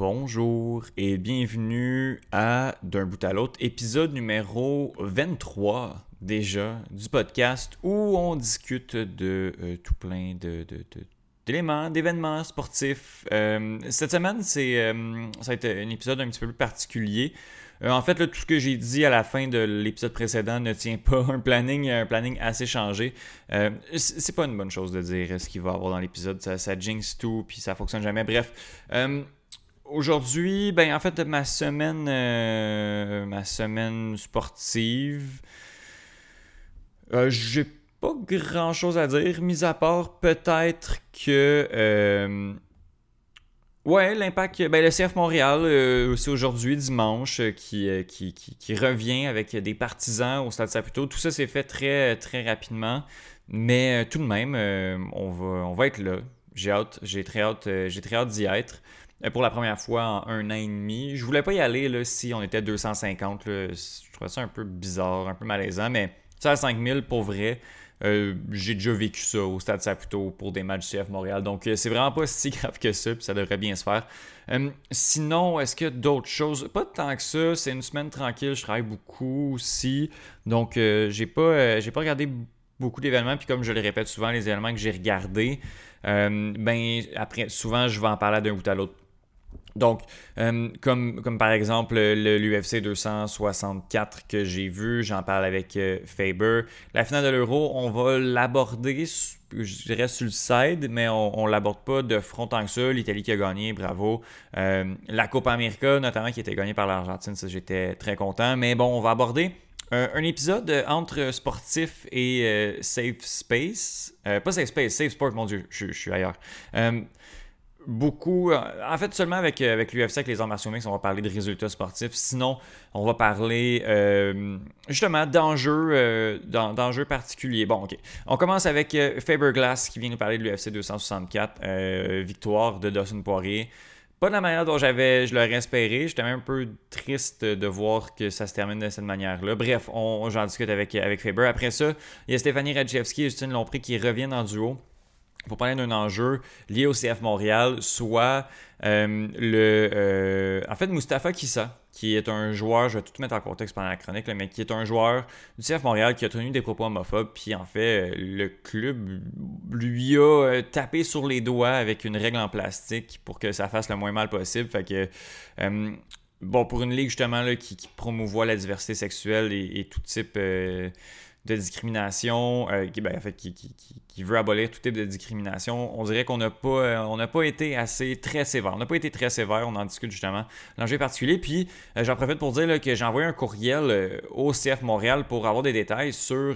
Bonjour et bienvenue à D'un bout à l'autre, épisode numéro 23 déjà du podcast où on discute de tout plein d'éléments, d'événements sportifs. Cette semaine, ça a été un épisode un petit peu plus particulier. En fait, là, tout ce que j'ai dit à la fin de l'épisode précédent ne tient pas. Un planning assez changé. C'est pas une bonne chose de dire ce qu'il va y avoir dans l'épisode. Ça jinx tout, puis ça fonctionne jamais. Bref, aujourd'hui, en fait, ma semaine sportive, j'ai pas grand chose à dire, mis à part peut-être que ouais, l'impact, le CF Montréal, c'est aujourd'hui, dimanche, qui revient avec des partisans au Stade Saputo. Tout ça s'est fait très, très rapidement, mais tout de même, on va être là. J'ai très hâte d'y être. Pour la première fois en un an et demi. Je voulais pas y aller là, si on était 250. Là. Je trouvais ça un peu bizarre, un peu malaisant, mais ça à 5000 pour vrai. J'ai déjà vécu ça au Stade Saputo pour des matchs du CF Montréal. Donc, c'est vraiment pas si grave que ça, puis ça devrait bien se faire. Sinon, est-ce qu'il y a d'autres choses? Pas tant que ça. C'est une semaine tranquille. Je travaille beaucoup aussi. Donc, j'ai pas regardé beaucoup d'événements. Puis, comme je le répète souvent, les événements que j'ai regardés, après, souvent, je vais en parler d'un bout à l'autre. Donc, comme par exemple l'UFC 264 que j'ai vu, j'en parle avec Faber. La finale de l'Euro, on va l'aborder, je dirais, sur le side, mais on ne l'aborde pas de front tant que ça. L'Italie qui a gagné, bravo. La Copa América, notamment, qui a été gagnée par l'Argentine, ça j'étais très content. Mais bon, on va aborder un épisode entre sportif et safe space. Pas safe space, safe sport, mon Dieu, je suis ailleurs. Beaucoup, en fait seulement avec l'UFC, avec les arts martiaux mixtes, on va parler de résultats sportifs. Sinon, on va parler justement d'enjeux particuliers. Bon, ok. On commence avec Faber Glass qui vient nous parler de l'UFC 264, victoire de Dustin Poirier. Pas de la manière dont je l'aurais espéré. J'étais même un peu triste de voir que ça se termine de cette manière-là. Bref, j'en discute avec Faber. Après ça, il y a Stéphanie Radjevski et Justine Lompré qui reviennent en duo pour parler d'un enjeu lié au CF Montréal, soit en fait, Mustapha Kissa, qui est un joueur, je vais tout mettre en contexte pendant la chronique, là, mais qui est un joueur du CF Montréal qui a tenu des propos homophobes, puis en fait, le club lui a tapé sur les doigts avec une règle en plastique pour que ça fasse le moins mal possible. Fait que, bon, pour une ligue justement là, qui promouvoit la diversité sexuelle et tout type de discrimination, qui veut abolir tout type de discrimination, on dirait qu'on n'a pas été très sévère. On n'a pas été très sévère, on en discute justement. L'enjeu particulier, puis j'en profite pour dire là, que j'ai envoyé un courriel au CF Montréal pour avoir des détails sur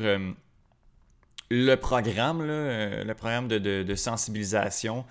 le programme de sensibilisation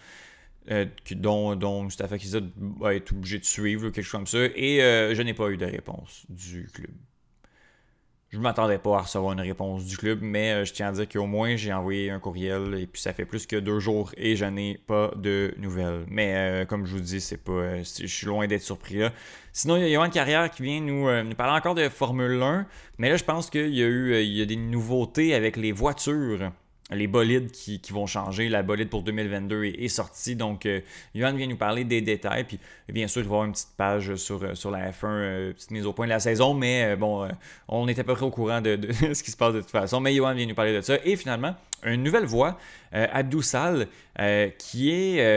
dont Mustapha Kissa va être obligé de suivre, quelque chose comme ça, et je n'ai pas eu de réponse du club. Je ne m'attendais pas à recevoir une réponse du club, mais je tiens à dire qu'au moins j'ai envoyé un courriel et puis ça fait plus que 2 jours et je n'ai pas de nouvelles. Mais comme je vous dis, je suis loin d'être surpris là. Sinon, il y a Yoann Carrière qui vient nous parler encore de Formule 1, mais là je pense qu'il y a des nouveautés avec les voitures. Les bolides qui vont changer. La bolide pour 2022 est sortie. Donc, Yoann vient nous parler des détails. Puis, bien sûr, il va y avoir une petite page sur la F1, petite mise au point de la saison. Mais on était à peu près au courant de ce qui se passe de toute façon. Mais Yoann vient nous parler de ça. Et finalement, une nouvelle voix, Abdou Sall, qui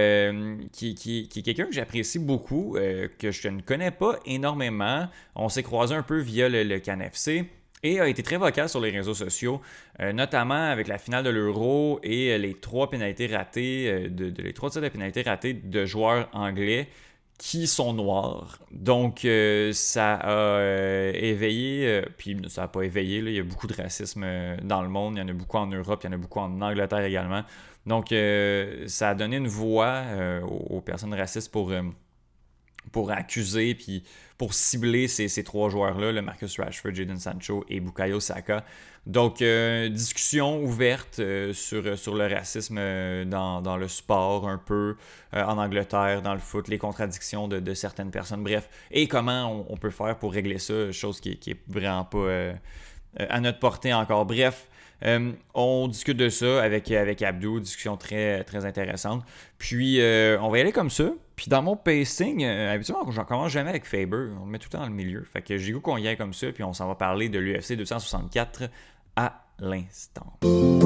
est quelqu'un que j'apprécie beaucoup, que je ne connais pas énormément. On s'est croisé un peu via le CanFC. Et a été très vocal sur les réseaux sociaux, notamment avec la finale de l'Euro et les 3 pénalités ratées, les 3 tirs de pénalités ratées de joueurs anglais qui sont noirs. Donc, ça a éveillé, puis ça n'a pas éveillé, là, il y a beaucoup de racisme dans le monde, il y en a beaucoup en Europe, il y en a beaucoup en Angleterre également. Donc, ça a donné une voix aux personnes racistes pour accuser puis pour cibler ces 3 joueurs-là, le Marcus Rashford, Jadon Sancho et Bukayo Saka. Donc, discussion ouverte sur le racisme dans le sport un peu, en Angleterre, dans le foot, les contradictions de certaines personnes, bref, et comment on peut faire pour régler ça, chose qui est vraiment pas à notre portée encore. Bref, on discute de ça avec Abdou, discussion très, très intéressante. Puis, on va y aller comme ça. Puis dans mon pacing, habituellement, j'en commence jamais avec Faber. On le met tout le temps dans le milieu. Fait que j'ai goût qu'on y aille comme ça, puis on s'en va parler de l'UFC 264 à l'instant.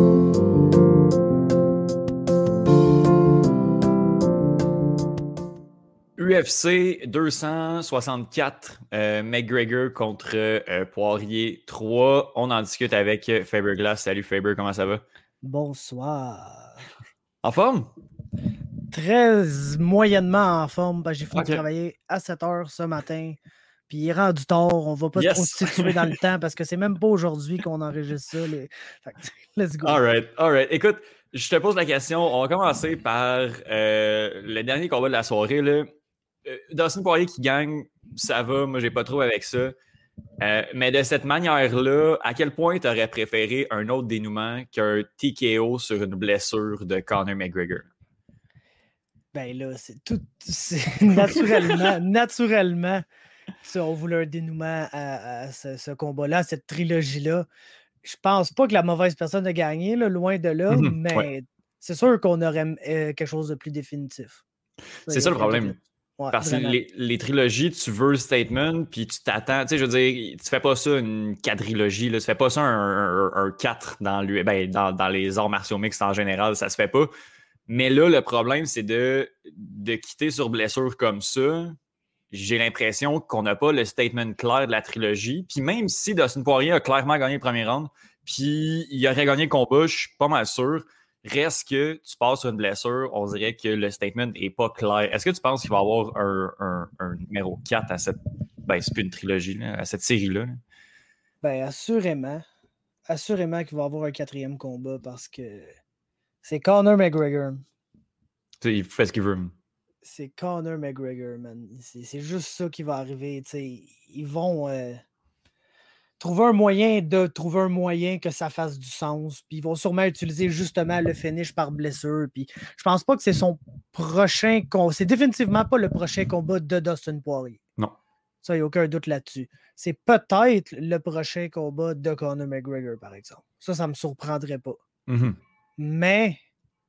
UFC 264, McGregor contre Poirier 3. On en discute avec Faber Glass. Salut Faber, comment ça va? Bonsoir. En forme? Très moyennement en forme, parce que j'ai fini de Ok. travailler à 7 heures ce matin. Puis il est rendu tard, on va pas trop Yes! se situer dans le temps parce que c'est même pas aujourd'hui qu'on enregistre ça. Fait que, let's go. Alright, alright. Écoute, je te pose la question. On va commencer par le dernier combat de la soirée. Là. Dustin Poirier qui gagne, ça va. Moi, j'ai pas trop avec ça. Mais de cette manière-là, à quel point tu aurais préféré un autre dénouement qu'un TKO sur une blessure de Conor McGregor? Ben là, c'est tout. Naturellement, si on voulait un dénouement à ce combat-là, cette trilogie-là, je pense pas que la mauvaise personne a gagné, là, loin de là, Mm-hmm. Ouais. mais c'est sûr qu'on aurait quelque chose de plus définitif. C'est ça le problème. Ouais, parce que vraiment. les trilogies, tu veux le statement, puis tu t'attends. Tu sais, je veux dire, tu fais pas ça une quadrilogie, là. Tu fais pas ça un 4 dans les arts martiaux mixtes en général, ça se fait pas. Mais là, le problème, c'est de quitter sur blessure comme ça. J'ai l'impression qu'on n'a pas le statement clair de la trilogie. Puis même si Dustin Poirier a clairement gagné le premier round, puis il aurait gagné le combat, je suis pas mal sûr. Reste que tu passes sur une blessure, on dirait que le statement n'est pas clair. Est-ce que tu penses qu'il va y avoir un numéro 4 à cette. Ben, c'est plus une trilogie, là, à cette série-là? Là? Ben, assurément. Assurément qu'il va y avoir un 4e combat parce que c'est Conor McGregor. Tu sais, il fait ce qu'il veut. C'est Conor McGregor, man. C'est juste ça qui va arriver. T'sais. Ils vont trouver un moyen que ça fasse du sens. Puis ils vont sûrement utiliser justement le finish par blessure. Puis je pense pas que c'est son prochain combat. C'est définitivement pas le prochain combat de Dustin Poirier. Non. Ça, il n'y a aucun doute là-dessus. C'est peut-être le prochain combat de Conor McGregor, par exemple. Ça me surprendrait pas. Mm-hmm. Mais,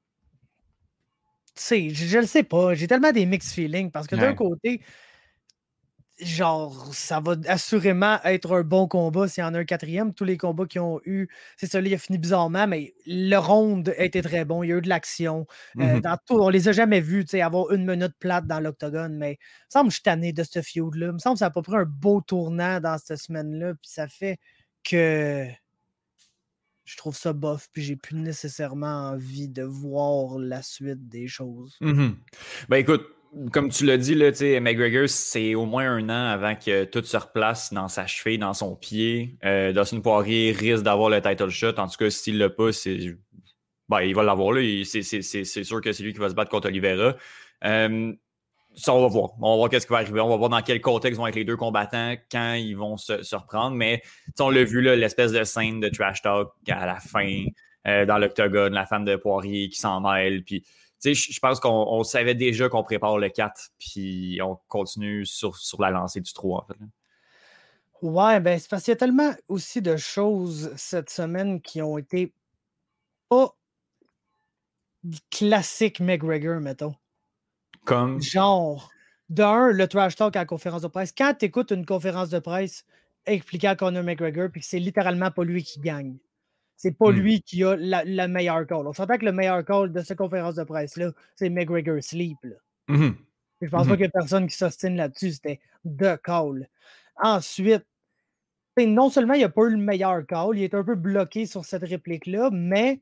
tu sais, je le sais pas. J'ai tellement des mixed feelings parce que d'un côté, genre, ça va assurément être un bon combat s'il y en a un 4e. Tous les combats qu'ils ont eu, c'est ça, là, il a fini bizarrement, mais le round a été très bon. Il y a eu de l'action. Dans tout, on les a jamais vus, tu sais, avoir 1 minute plate dans l'octogone, mais il me semble que je suis tanné de ce feud-là. Il me semble que ça a pas pris un beau tournant dans cette semaine-là, puis ça fait que je trouve ça bof, puis j'ai plus nécessairement envie de voir la suite des choses. Mm-hmm. Ben écoute, comme tu l'as dit, là, McGregor, c'est au moins 1 an avant que tout se replace dans sa cheville, dans son pied. Dustin Poirier risque d'avoir le title shot. En tout cas, s'il l'a pas, ben, il va l'avoir. Là. C'est sûr que c'est lui qui va se battre contre Oliveira. Ça, on va voir. On va voir qu'est-ce qui va arriver. On va voir dans quel contexte vont être les deux combattants, quand ils vont se reprendre. Mais on l'a vu, là, l'espèce de scène de trash talk à la fin, dans l'octogone, la femme de Poirier qui s'en mêle. Puis, je pense qu'on savait déjà qu'on prépare le 4, puis on continue sur la lancée du 3, en fait. Là. Ouais, ben c'est parce qu'il y a tellement aussi de choses cette semaine qui ont été pas classiques McGregor, mettons. Comme? Genre, le trash talk à la conférence de presse. Quand tu écoutes une conférence de presse expliquant Conor McGregor, puis que c'est littéralement pas lui qui gagne. C'est pas lui qui a la meilleure call. On s'entend que le meilleur call de cette conférence de presse-là, c'est McGregor Sleep. Là. Mm-hmm. Je pense pas qu'il y a personne qui s'ostine là-dessus. C'était the call. Ensuite, non seulement il n'a pas eu le meilleur call, il est un peu bloqué sur cette réplique-là, mais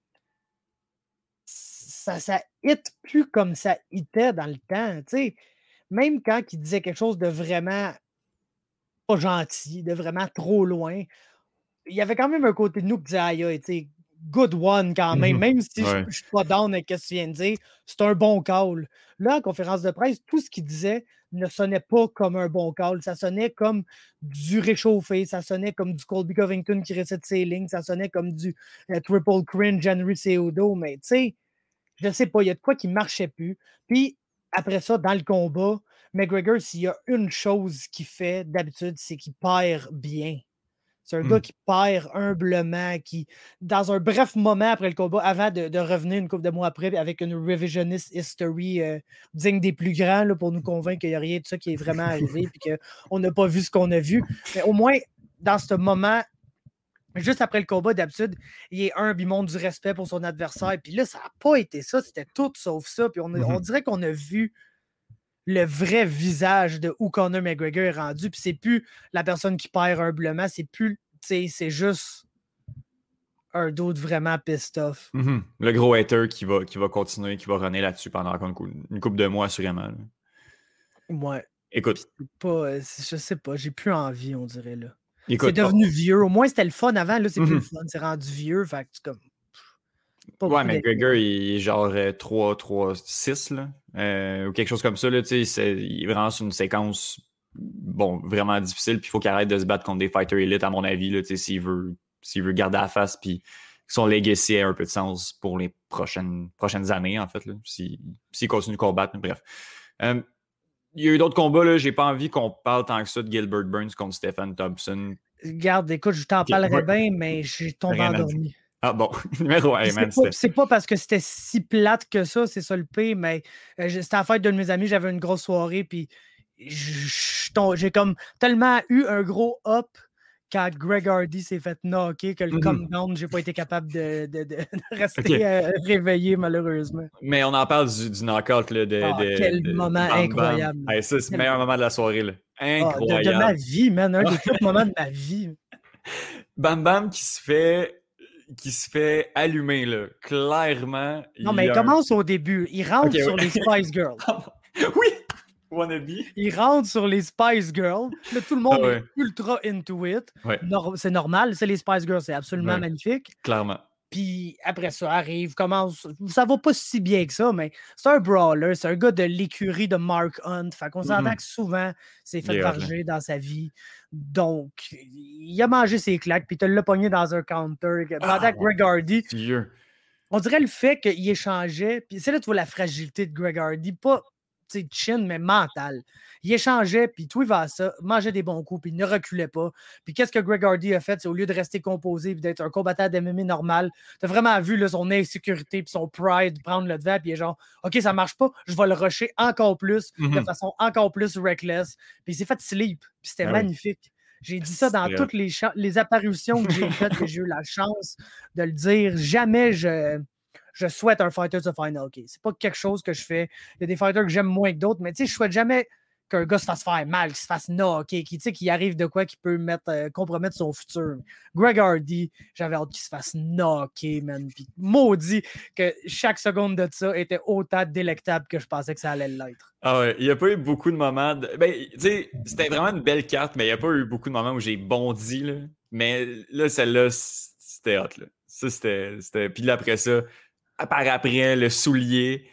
ça hit plus comme ça hitait dans le temps. T'sais. Même quand il disait quelque chose de vraiment pas gentil, de vraiment trop loin, il y avait quand même un côté de nous qui disait aïe, aïe, good one quand même, même si je ne suis pas down avec ce que tu viens de dire, c'est un bon call. Là, en conférence de presse, tout ce qu'il disait ne sonnait pas comme un bon call. Ça sonnait comme du réchauffé, ça sonnait comme du Colby Covington qui récite ses lignes, ça sonnait comme du triple cringe Henry Cejudo, mais tu sais, je sais pas, il y a de quoi qui marchait plus. Puis après ça, dans le combat, McGregor, s'il y a une chose qu'il fait d'habitude, c'est qu'il perd bien. C'est un gars qui perd humblement, qui, dans un bref moment après le combat, avant de revenir une couple de mois après, avec une revisionist history digne des plus grands là, pour nous convaincre qu'il n'y a rien de ça qui est vraiment arrivé et qu'on n'a pas vu ce qu'on a vu. Mais au moins, dans ce moment, juste après le combat, d'habitude, il est humble, il montre du respect pour son adversaire. Puis là, ça n'a pas été ça. C'était tout sauf ça. Puis on dirait qu'on a vu le vrai visage de où Conor McGregor est rendu. Puis c'est plus la personne qui perd humblement. C'est plus, c'est juste un dude vraiment pissed off. Le gros hater qui va continuer, qui va runner là-dessus pendant encore une couple de mois, assurément. Là. Ouais. Écoute. Je sais pas, j'ai plus envie, on dirait, là. Écoute, c'est devenu vieux. Au moins, c'était le fun avant. Là, c'est plus le fun. C'est rendu vieux. Fait que c'est comme... Ouais, mais McGregor, il est genre 3-6, là. Ou quelque chose comme ça, là. Il est vraiment sur une séquence, bon, vraiment difficile. Puis il faut qu'il arrête de se battre contre des fighters élites, à mon avis, là, s'il veut garder la face. Puis son legacy ait un peu de sens pour les prochaines années, en fait, là. S'il continue de combattre, mais bref. Il y a eu d'autres combats, là. J'ai pas envie qu'on parle tant que ça de Gilbert Burns contre Stephen Thompson. Regarde, écoute, je t'en parlerai bien, mais j'ai tombé endormi. Ah bon, numéro 1, man. C'est pas parce que c'était si plate que ça, c'est ça le pire, mais c'était à la fête d'un de mes amis, j'avais une grosse soirée, puis j'ai comme tellement eu un gros up quand Greg Hardy s'est fait knocker que le come down, j'ai pas été capable de rester réveillé, malheureusement. Mais on en parle du knockout là, quel moment incroyable. Hey, ça, c'est le meilleur moment de la soirée. Là. Incroyable. De ma vie, man. Un des pires moments de ma vie. Bam Bam qui se fait allumer, là. Clairement. Non, mais il commence au début. Il rentre sur les Spice Girls. Oui! Wannabe. Il rentre sur les Spice Girls. Là, tout le monde est ultra into it. Ouais. C'est normal. C'est les Spice Girls. C'est absolument magnifique. Clairement. Puis après ça, arrive, commence. Ça va pas si bien que ça, mais c'est un brawler. C'est un gars de l'écurie de Mark Hunt. Fait qu'on s'entend que souvent, c'est fait varger dans sa vie. Donc, il a mangé ses claques, puis il te l'a pogné dans un counter. Pendant que Greg Hardy, on dirait le fait qu'il échangeait. Puis c'est là que tu vois la fragilité de Greg Hardy. Pas chin, mais mental. Il échangeait, puis tout, il va à ça, mangeait des bons coups, puis il ne reculait pas. Puis qu'est-ce que Greg Hardy a fait? C'est au lieu de rester composé et d'être un combattant d'MMA normal, tu as vraiment vu là, son insécurité puis son pride prendre le devant, puis il est genre, OK, ça marche pas, je vais le rusher encore plus, de façon encore plus reckless. Puis il s'est fait sleep, puis c'était magnifique. J'ai dit ça dans toutes les apparitions que j'ai faites, que j'ai eu la chance de le dire. Jamais je souhaite un fighter se faire knocker. C'est pas quelque chose que je fais. Il y a des fighters que j'aime moins que d'autres, mais tu sais, je souhaite jamais qu'un gars se fasse faire mal, qu'il se fasse knocker, qu'il arrive de quoi qui peut compromettre son futur. Greg Hardy, j'avais hâte qu'il se fasse knocker, man. Puis maudit que chaque seconde de ça était autant délectable que je pensais que ça allait l'être. Ah ouais, il n'y a pas eu beaucoup de moments... Ben, tu sais, c'était vraiment une belle carte, mais il n'y a pas eu beaucoup de moments où j'ai bondi, là. Mais là, celle-là, c'était hot, là. Ça, c'était... Puis là, après ça, par après, le soulier...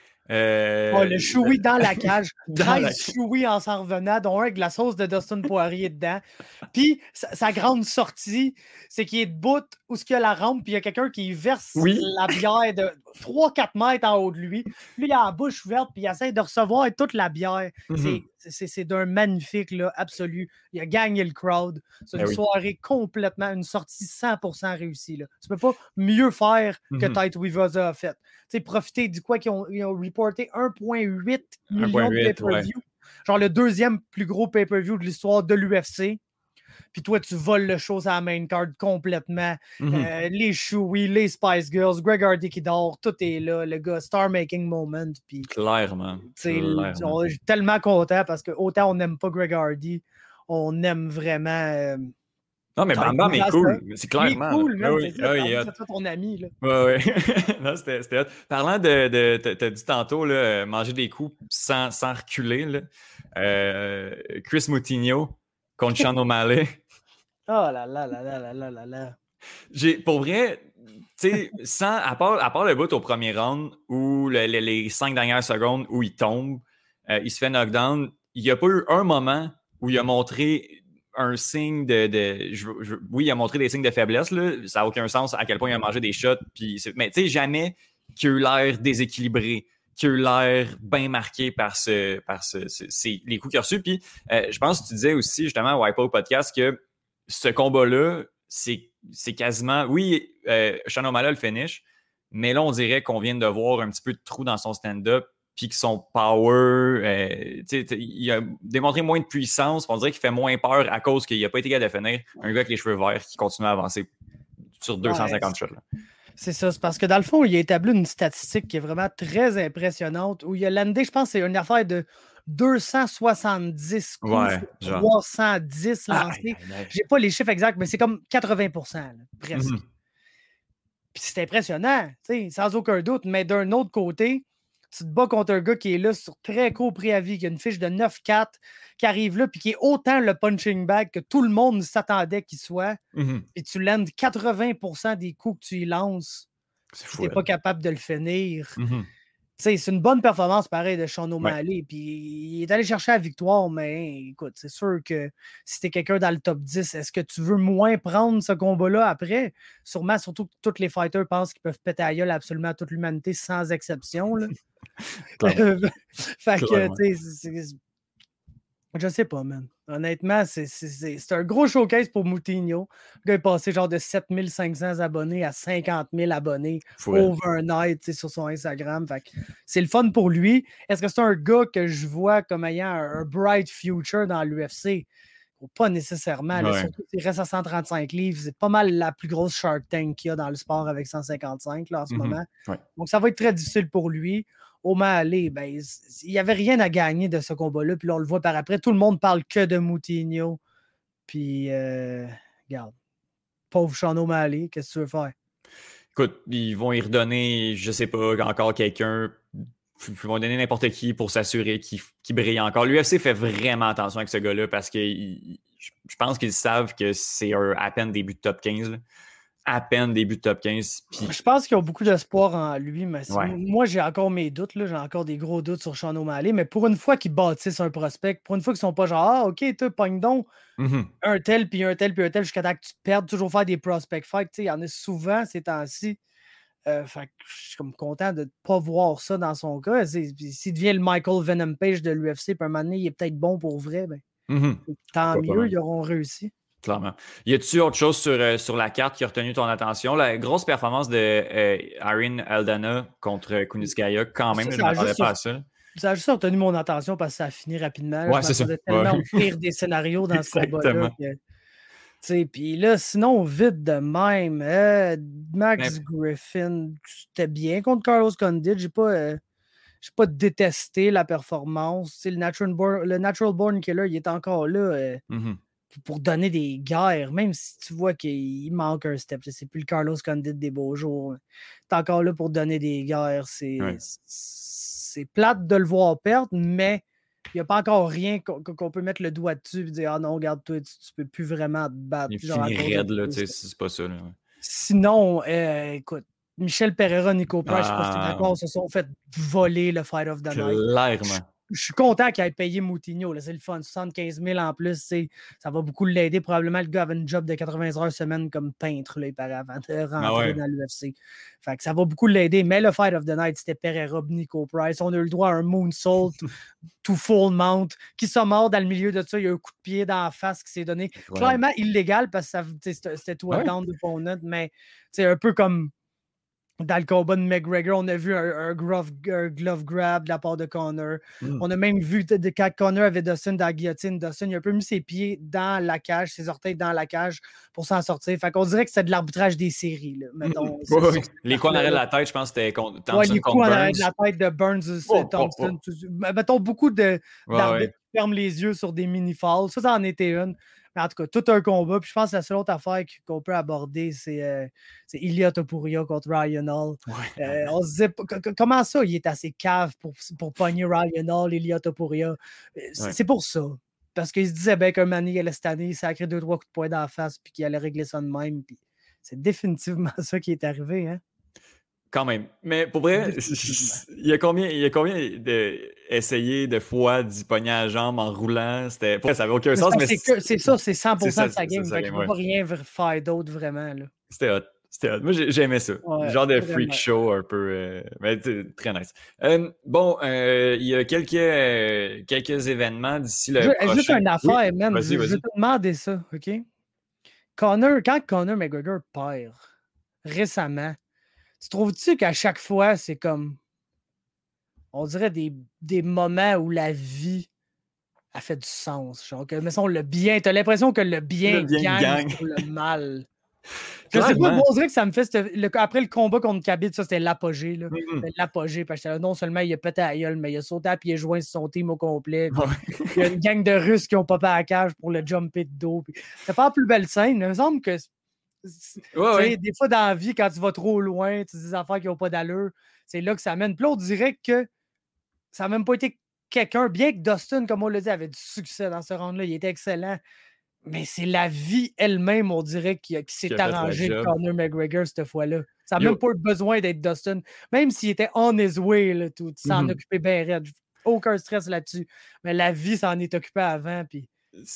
le choui dans la cage. 13 chouis en s'en revenant, dont un avec la sauce de Dustin Poirier dedans. Puis, sa grande sortie, c'est qu'il est debout où il y a la rampe, puis il y a quelqu'un qui verse la bière de 3-4 mètres en haut de lui. Lui, il a la bouche ouverte, puis il essaie de recevoir toute la bière. C'est d'un magnifique, là, absolu. Il a gagné le crowd. C'est une soirée complètement, une sortie 100% réussie. Là. Tu peux pas mieux faire que Tite Weaver a fait. T'sais, profiter du quoi qu'ils ont reporté 1,8 million de pay-per-view. Genre le deuxième plus gros pay-per-view de l'histoire de l'UFC. Puis toi, tu voles le show à la main card complètement. Les Chewy, les Spice Girls, Greg Hardy qui dort, tout est là. Le gars, star-making moment. Puis, clairement. Je suis tellement content parce que autant on n'aime pas Greg Hardy, on aime vraiment... non, mais Bam Bam est cool. C'est clairement. Il est cool, même. C'est ton ami. Là. Ouais. Non, c'était hot. Parlant t'as dit tantôt, là, manger des coups sans reculer. Là. Chris Moutinho contre Sean O'Malley. Oh là là là là là là là. Pour vrai, tu sais, à part le bout au premier round où les 5 dernières secondes où il tombe, il se fait knockdown, il n'y a pas eu un moment où il a montré un signe oui, il a montré des signes de faiblesse, là. Ça n'a aucun sens à quel point il a mangé des shots. Mais tu sais, jamais qu'il a eu l'air déséquilibré, qu'il a eu l'air bien marqué par les coups qu'il a reçus. Puis je pense que tu disais aussi, justement, à Wipeout Podcast, que ce combat-là, c'est quasiment... Oui, Sean O'Malley le finish, mais là, on dirait qu'on vient de voir un petit peu de trou dans son stand-up, puis que son power... il a démontré moins de puissance, on dirait qu'il fait moins peur à cause qu'il n'a pas été capable de finir. Un gars avec les cheveux verts qui continue à avancer sur 250 shots. Là. C'est ça, c'est parce que dans le fond, il a établi une statistique qui est vraiment très impressionnante, où il a landé, je pense que c'est une affaire de 270 coups sur 310 lancés. J'ai pas les chiffres exacts, mais c'est comme 80%, là, presque. Mm-hmm. Puis c'est impressionnant, sans aucun doute, mais d'un autre côté, tu te bats contre un gars qui est là sur très court préavis, qui a une fiche de 9-4, qui arrive là, puis qui est autant le punching bag que tout le monde s'attendait qu'il soit. Mm-hmm. Et tu landes 80% des coups que tu y lances. Tu n'es pas capable de le finir. Mm-hmm. C'est une bonne performance, pareil, de Sean O'Malley. Puis il est allé chercher la victoire, mais écoute, c'est sûr que si tu es quelqu'un dans le top 10, est-ce que tu veux moins prendre ce combat-là après? Sûrement, surtout que tous les fighters pensent qu'ils peuvent péter à gueule absolument à toute l'humanité sans exception. Là. Fait que, je sais pas, man. Honnêtement, c'est un gros showcase pour Moutinho. Le gars est passé genre de 7500 abonnés à 50 000 abonnés overnight sur son Instagram. Fait que c'est le fun pour lui. Est-ce que c'est un gars que je vois comme ayant un bright future dans l'UFC? Pas nécessairement. Là, surtout s'il reste à 135 livres. C'est pas mal la plus grosse Shark Tank qu'il y a dans le sport avec 155 là, en ce moment. Ouais. Donc, ça va être très difficile pour lui. O'Malley, ben, il n'y avait rien à gagner de ce combat-là. Puis là, on le voit par après. Tout le monde parle que de Moutinho. Puis, regarde, pauvre Sean O'Malley, qu'est-ce que tu veux faire? Écoute, ils vont y redonner, je sais pas, encore quelqu'un. Ils vont donner n'importe qui pour s'assurer qu'il brille encore. L'UFC fait vraiment attention avec ce gars-là parce que je pense qu'ils savent que c'est à peine début de top 15. Là. À peine début de top 15. Puis... Je pense qu'ils ont beaucoup d'espoir en lui, mais moi, j'ai encore mes doutes. Là. J'ai encore des gros doutes sur Sean O'Malley. Mais pour une fois qu'ils bâtissent un prospect, pour une fois qu'ils sont pas genre, ah, OK, toi, pogne donc un tel, puis un tel, puis un tel, jusqu'à temps que tu te perdes, toujours faire des prospect fights. Il y en a souvent ces temps-ci. Fait que je suis comme content de ne pas voir ça dans son cas. S'il devient le Michael Venom Page de l'UFC, puis un moment donné, il est peut-être bon pour vrai, ben, tant mieux, ils auront réussi. Clairement. Y a-tu autre chose sur la carte qui a retenu ton attention? La grosse performance de Irene Aldana contre Kunitskaya, quand même, je ne m'attendais pas à ça. Ça a juste retenu mon attention parce que ça a fini rapidement. Ouais, c'est ça. Tellement pire des scénarios dans ce combat-là. Puis là, sinon, vite de même, Max Griffin, c'était bien contre Carlos Condit. J'ai pas détesté la performance. Le Natural Born Killer, il est encore là pour donner des guerres, même si tu vois qu'il manque un step. C'est plus le Carlos Condit des beaux jours. Il est encore là pour donner des guerres. C'est plate de le voir perdre, mais il n'y a pas encore rien qu'on peut mettre le doigt dessus et dire « Ah non, regarde, toi, tu peux plus vraiment te battre. » Il finit raide, là, c'est pas ça. Là. Sinon, écoute, Michel Pereira, Nico Price, je sais pas si tu es d'accord, se sont fait voler le Fight of the Night. Clairement. Je suis content qu'il ait payé Moutinho. Là, c'est le fun. 75 000 en plus, ça va beaucoup l'aider. Probablement, le gars avait une job de 80 heures semaine comme peintre là, il paraît, avant de rentrer dans l'UFC. Fait que ça va beaucoup l'aider. Mais le Fight of the Night, c'était Pereira, Nico Price. On a eu le droit à un moonsault to full mount qui se mord dans le milieu de ça. Il y a un coup de pied dans la face qui s'est donné. Clairement illégal parce que c'était tout down de opponent, mais c'est un peu comme dans le combat de McGregor, on a vu un glove grab de la part de Conor. On a même vu quand Conor avait Dustin dans la guillotine, Dustin il a un peu mis ses pieds dans la cage, ses orteils dans la cage pour s'en sortir. Fait qu'on dirait que c'est de l'arbitrage des séries. Là, mettons, les coups en arrêt de la tête, je pense que c'était contre Thompson. Les coups en arrêt de la tête de Burns, Thompson. Mettons beaucoup d'arbitres qui ferment les yeux sur des mini-falls. Ça en était une. En tout cas, tout un combat. Puis je pense que la seule autre affaire qu'on peut aborder, c'est Ilia Topuria contre Ryan Hall. On se disait, comment ça, il est assez cave pour pogner Ryan Hall, Ilia Topuria? C'est pour ça. Parce qu'il se disait bien qu'un Manny il allait cette année, il sacrait 2-3 coups de poing dans la face, puis qu'il allait régler ça de même. Puis c'est définitivement ça qui est arrivé, hein? Quand même. Mais pour vrai, il y a combien d'essayés de fois d'y pogner à la jambe en roulant? Ça n'avait aucun sens. Mais c'est ça, c'est 100% de sa game. Il ne va pas rien faire d'autre vraiment. Là. C'était hot. Moi, j'aimais ça. Genre de freak show un peu. Mais très nice. Il y a quelques événements d'ici le prochain. Juste une affaire, même. Je vais te demander ça, OK? Quand Conor McGregor perd récemment, tu trouves-tu qu'à chaque fois, c'est comme, on dirait des moments où la vie a fait du sens. Genre que, mettons, le bien, t'as l'impression que le Le bien bien gagne gang. sur le mal. Je sais pas, Clairement. moi, on dirait que ça me fait. Après le combat contre Khabib, ça, c'était l'apogée. Là. Mhm. C'était l'apogée. Parce que non seulement il a pété à la gueule, mais il a sauté à pieds joints sur son team au complet. Puis Ouais. il y a une gang de Russes qui ont popé à la cage pour le jumper de dos. Puis c'est pas la plus belle scène. Il me semble que. Ouais, ouais. Des fois, dans la vie, quand tu vas trop loin, tu dis des affaires qui n'ont pas d'allure, c'est là que ça mène. Puis là, on dirait que ça n'a même pas été quelqu'un, bien que Dustin, comme on l'a dit, avait du succès dans ce round-là, il était excellent. Mais c'est la vie elle-même, on dirait, qui Qui s'est a fait la arrangée de job. Conor McGregor cette fois-là. Ça n'a Yo. même pas eu besoin d'être Dustin. Même s'il était on his way, là, tout, s'en Mhm. occupait bien raide. Aucun stress là-dessus. Mais la vie s'en est occupée avant. Puis,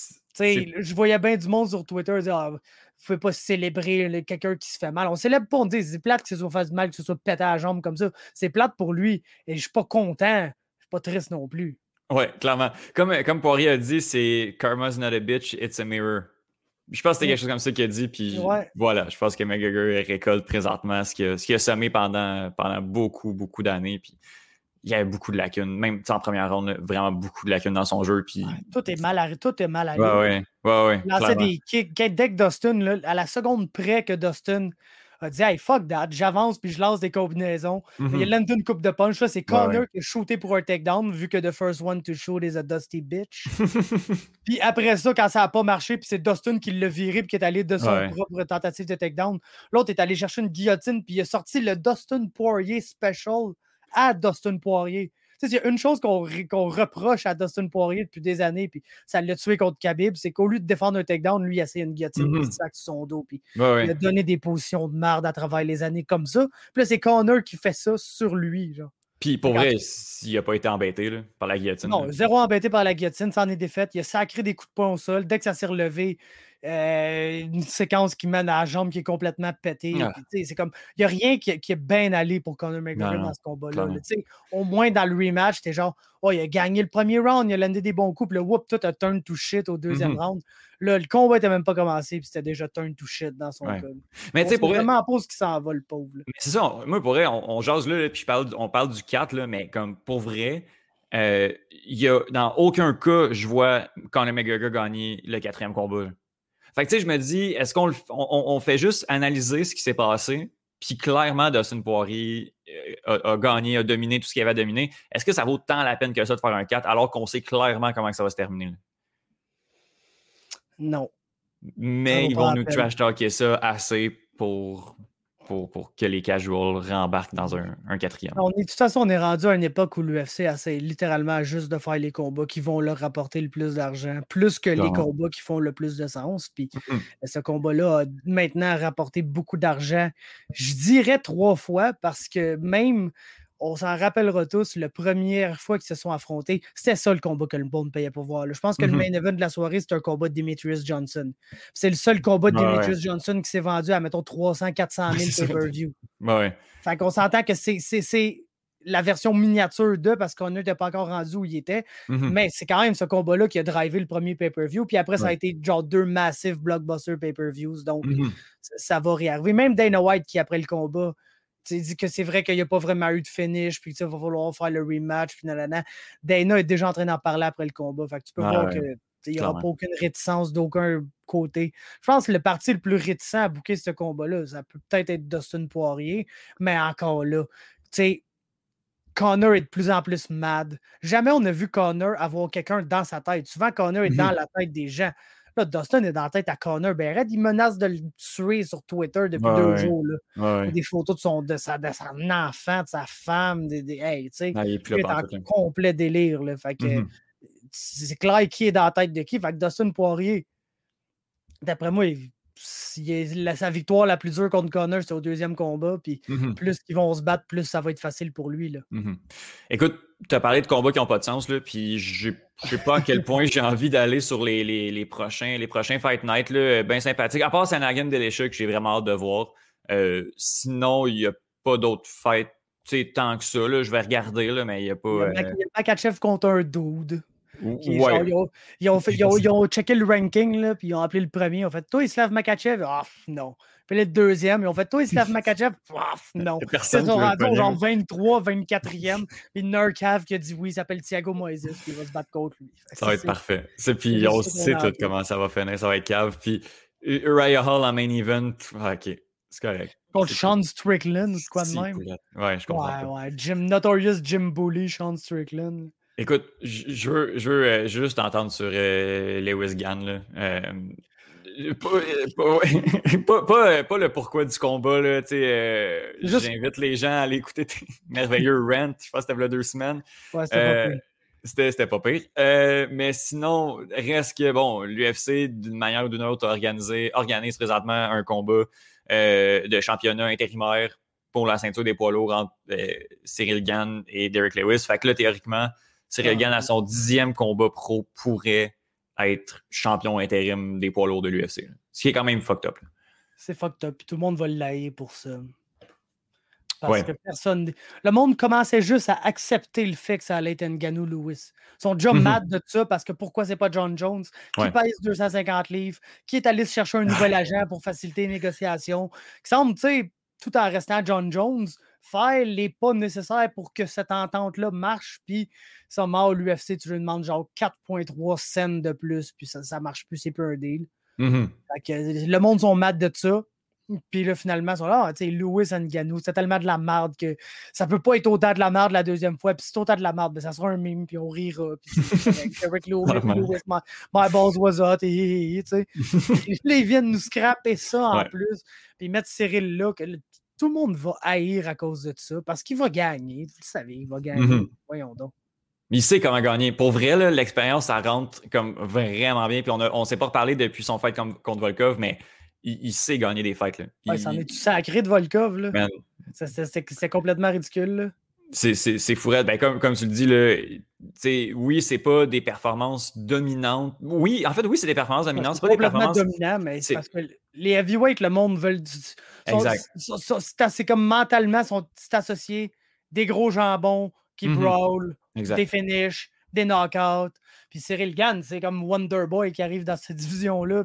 je voyais bien du monde sur Twitter dire vous ne pouvez pas célébrer là, quelqu'un qui se fait mal. On célèbre pas, on dit c'est plate que ce soit fait du mal, que ce soit pété à la jambe comme ça. C'est plate pour lui. Et je suis pas content. Je suis pas triste non plus. Ouais, clairement. Comme Poirier a dit, c'est Karma's not a bitch, it's a mirror. Je pense que c'était quelque chose comme ça qu'il a dit, puis Ouais. voilà, je pense que McGregor récolte présentement ce qu'il a semé pendant beaucoup, beaucoup d'années, puis il y avait beaucoup de lacunes, même en première ronde, vraiment beaucoup de lacunes dans son jeu, puis... Tout est mal allé. Ouais, Il lançait clairement. des kicks. Dès que Dustin, là, à la seconde près que Dustin a dit hey, fuck that, j'avance puis je lance des combinaisons. Il y a landé une coupe de punch. Là, c'est Conor qui a shooté pour un takedown, vu que the first one to shoot is a dusty bitch. Puis après ça, quand ça n'a pas marché, puis c'est Dustin qui l'a viré puis qui est allé de son propre tentative de takedown. L'autre est allé chercher une guillotine puis il a sorti le Dustin Poirier special à Dustin Poirier. Il y a une chose qu'on reproche à Dustin Poirier depuis des années, puis ça l'a tué contre Khabib, c'est qu'au lieu de défendre un takedown, lui, il a essayé une guillotine, puis il sac sur son dos, puis il a donné des positions de merde à travers les années comme ça. Puis là, c'est Conor qui fait ça sur lui, genre. Puis pour vrai, il n'a pas été embêté là, par la guillotine. Non, zéro embêté par la guillotine, ça en est défaite. Il a sacré des coups de poing au sol. Dès que ça s'est relevé, une séquence qui mène à la jambe qui est complètement pétée. Puis, c'est comme, il n'y a rien qui est bien allé pour Conor McGregor dans ce combat-là. Au moins, dans le rematch, c'était genre, il a gagné le premier round, il a landé des bons coups, puis le whoop, tout a turn to shit au deuxième round. Là, le combat n'était même pas commencé, puis c'était déjà turn to shit dans son cas. Mais tu sais, pour vraiment en pause qui s'en va, le pauvre. C'est ça, moi, pour vrai, on jase là, puis on parle du 4, là, mais comme pour vrai, dans aucun cas, je vois Conor McGregor gagner le 4e combat. Là. Fait que tu sais, je me dis, est-ce qu'on fait juste analyser ce qui s'est passé, puis clairement, Dustin Poirier a gagné, a dominé tout ce qu'il y avait à dominer. Est-ce que ça vaut tant la peine que ça de faire un 4 alors qu'on sait clairement comment ça va se terminer? Là? Non. Mais ils vont nous trash-talker ça assez pour que les casuals rembarquent dans un 4e. De toute façon, on est rendu à une époque où l'UFC essaie littéralement juste de faire les combats qui vont leur rapporter le plus d'argent, plus que les combats qui font le plus de sens. Puis ce combat-là a maintenant rapporté beaucoup d'argent. Je dirais 3 fois parce que même, on s'en rappellera tous, la première fois qu'ils se sont affrontés, c'était ça le combat que le monde payait pour voir. Là. Je pense que le main event de la soirée, c'était un combat de Demetrius Johnson. C'est le seul combat de Demetrius Johnson qui s'est vendu à, mettons, 300-400 000 pay-per-view. Fait qu'on s'entend que c'est la version miniature de, parce qu'on n'était pas encore rendu où il était, mais c'est quand même ce combat-là qui a drivé le premier pay-per-view, puis après, ça a été genre 2 massive blockbuster pay-per-views, donc ça va réarriver. Même Dana White, qui après le combat, dit que c'est vrai qu'il n'y a pas vraiment eu de finish, puis qu'il va falloir faire le rematch, puis nanana. Dana est déjà en train d'en parler après le combat. Fait que tu peux voir qu'il n'y aura pas aucune réticence d'aucun côté. Je pense que le parti le plus réticent à booker ce combat-là, ça peut peut-être être Dustin Poirier, mais encore là, tu sais, Conor est de plus en plus mad. Jamais on a vu Conor avoir quelqu'un dans sa tête. Souvent, Conor est dans la tête des gens. Là, Dustin est dans la tête à Conor Barrett. Il menace de le tuer sur Twitter depuis 2 jours. Là. Des photos de son enfant, de sa femme. Hey, tu sais, il est en complet délire. Là. Fait que, c'est clair qui est dans la tête de qui. Fait que Dustin Poirier, d'après moi, sa victoire la plus dure contre Conor, c'est au 2e combat. Puis plus qu'ils vont se battre, plus ça va être facile pour lui. Là. Écoute, tu as parlé de combats qui n'ont pas de sens, là, puis je sais pas à quel point j'ai envie d'aller sur les prochains Fight Night, bien sympathiques. À part Sanagan Delisha, que j'ai vraiment hâte de voir. Sinon, il n'y a pas d'autres fights tant que ça. Là, je vais regarder, là, mais il n'y a pas. Il y a Makachev contre un dude. Ouais. Ils ont checké le ranking, là, puis ils ont appelé le premier. Ils ont fait toi, Islav Makachev. Ah, non. Puis le deuxième, ils ont fait toi, Islav Makachev. Ah, non. Ils Personne sont qui veut le rendus pogner. genre 23, 24e. Puis Nurkav qui a dit oui, il s'appelle Thiago Moises, puis il va se battre contre lui. Ça va être parfait. Puis juste on ça qu'on sait a tout appris. comment ça va finir. Ça va être cave. Puis Uriah Hall en main event. OK, c'est correct. Contre C'est Sean Strickland ou de quoi de si même. cool. Ouais, je comprends pas. Ouais. Notorious Jim Bully, Sean Strickland. Écoute, je veux juste t'entendre sur Lewis Gann. Là. Pas le pourquoi du combat. Là, Juste- j'invite les gens à aller écouter tes merveilleux rant. Je pense que c'était il y a 2 semaines. Ouais, c'était pas pire. C'était pas pire. Mais sinon, reste que, bon, l'UFC, d'une manière ou d'une autre, organise présentement un combat de championnat intérimaire pour la ceinture des poids lourds entre Cyril Gane et Derek Lewis. Fait que là, théoriquement, Cyril Gane, à son 10e combat pro, pourrait être champion intérim des poids lourds de l'UFC. Ce qui est quand même fucked up. Là. C'est fucked up. Puis tout le monde va le laïr pour ça. Parce Ouais. que personne. Le monde commençait juste à accepter le fait que ça allait être Ngannou Lewis. Ils sont déjà mad de ça parce que pourquoi c'est pas John Jones qui pèse 250 livres, qui est allé se chercher un nouvel agent pour faciliter les négociations, qui semble, tu sais, tout en restant John Jones, faire les pas nécessaires pour que cette entente-là marche. Puis, ça mort l'UFC, tu lui demandes genre 4,3 cents de plus, puis ça marche plus, c'est plus un deal. Fait que le monde sont mad de ça. Puis là, finalement, ils sont là, tu sais, Lewis Ngannou, c'est tellement de la merde que ça peut pas être autant de la merde la deuxième fois. Puis si c'est autant de la merde, ben, ça sera un meme, puis on rira. Puis avec Lewis, my balls was hot, tu sais. Là, ils viennent nous scraper ça en plus, puis mettre Cyril là, que tout le monde va haïr à cause de ça, parce qu'il va gagner. Vous le savez, il va gagner. Voyons donc. Il sait comment gagner. Pour vrai, là, l'expérience, ça rentre comme vraiment bien. Puis on s'est pas reparlé depuis son fight contre Volkov, mais il sait gagner des fights. Là. Ouais, c'en est-tu sacré de Volkov, là? C'est complètement ridicule, là. C'est fourette. Ben, comme tu le dis, là, oui, c'est pas des performances dominantes. Oui, en fait, oui, c'est des performances dominantes. C'est pas des performances dominant, mais c'est parce que les heavyweights, le monde veut exact. C'est comme mentalement, c'est associé des gros jambons qui brawl, des finishes, des knockouts. Puis Cyril Gane, c'est comme Wonder Boy qui arrive dans cette division-là.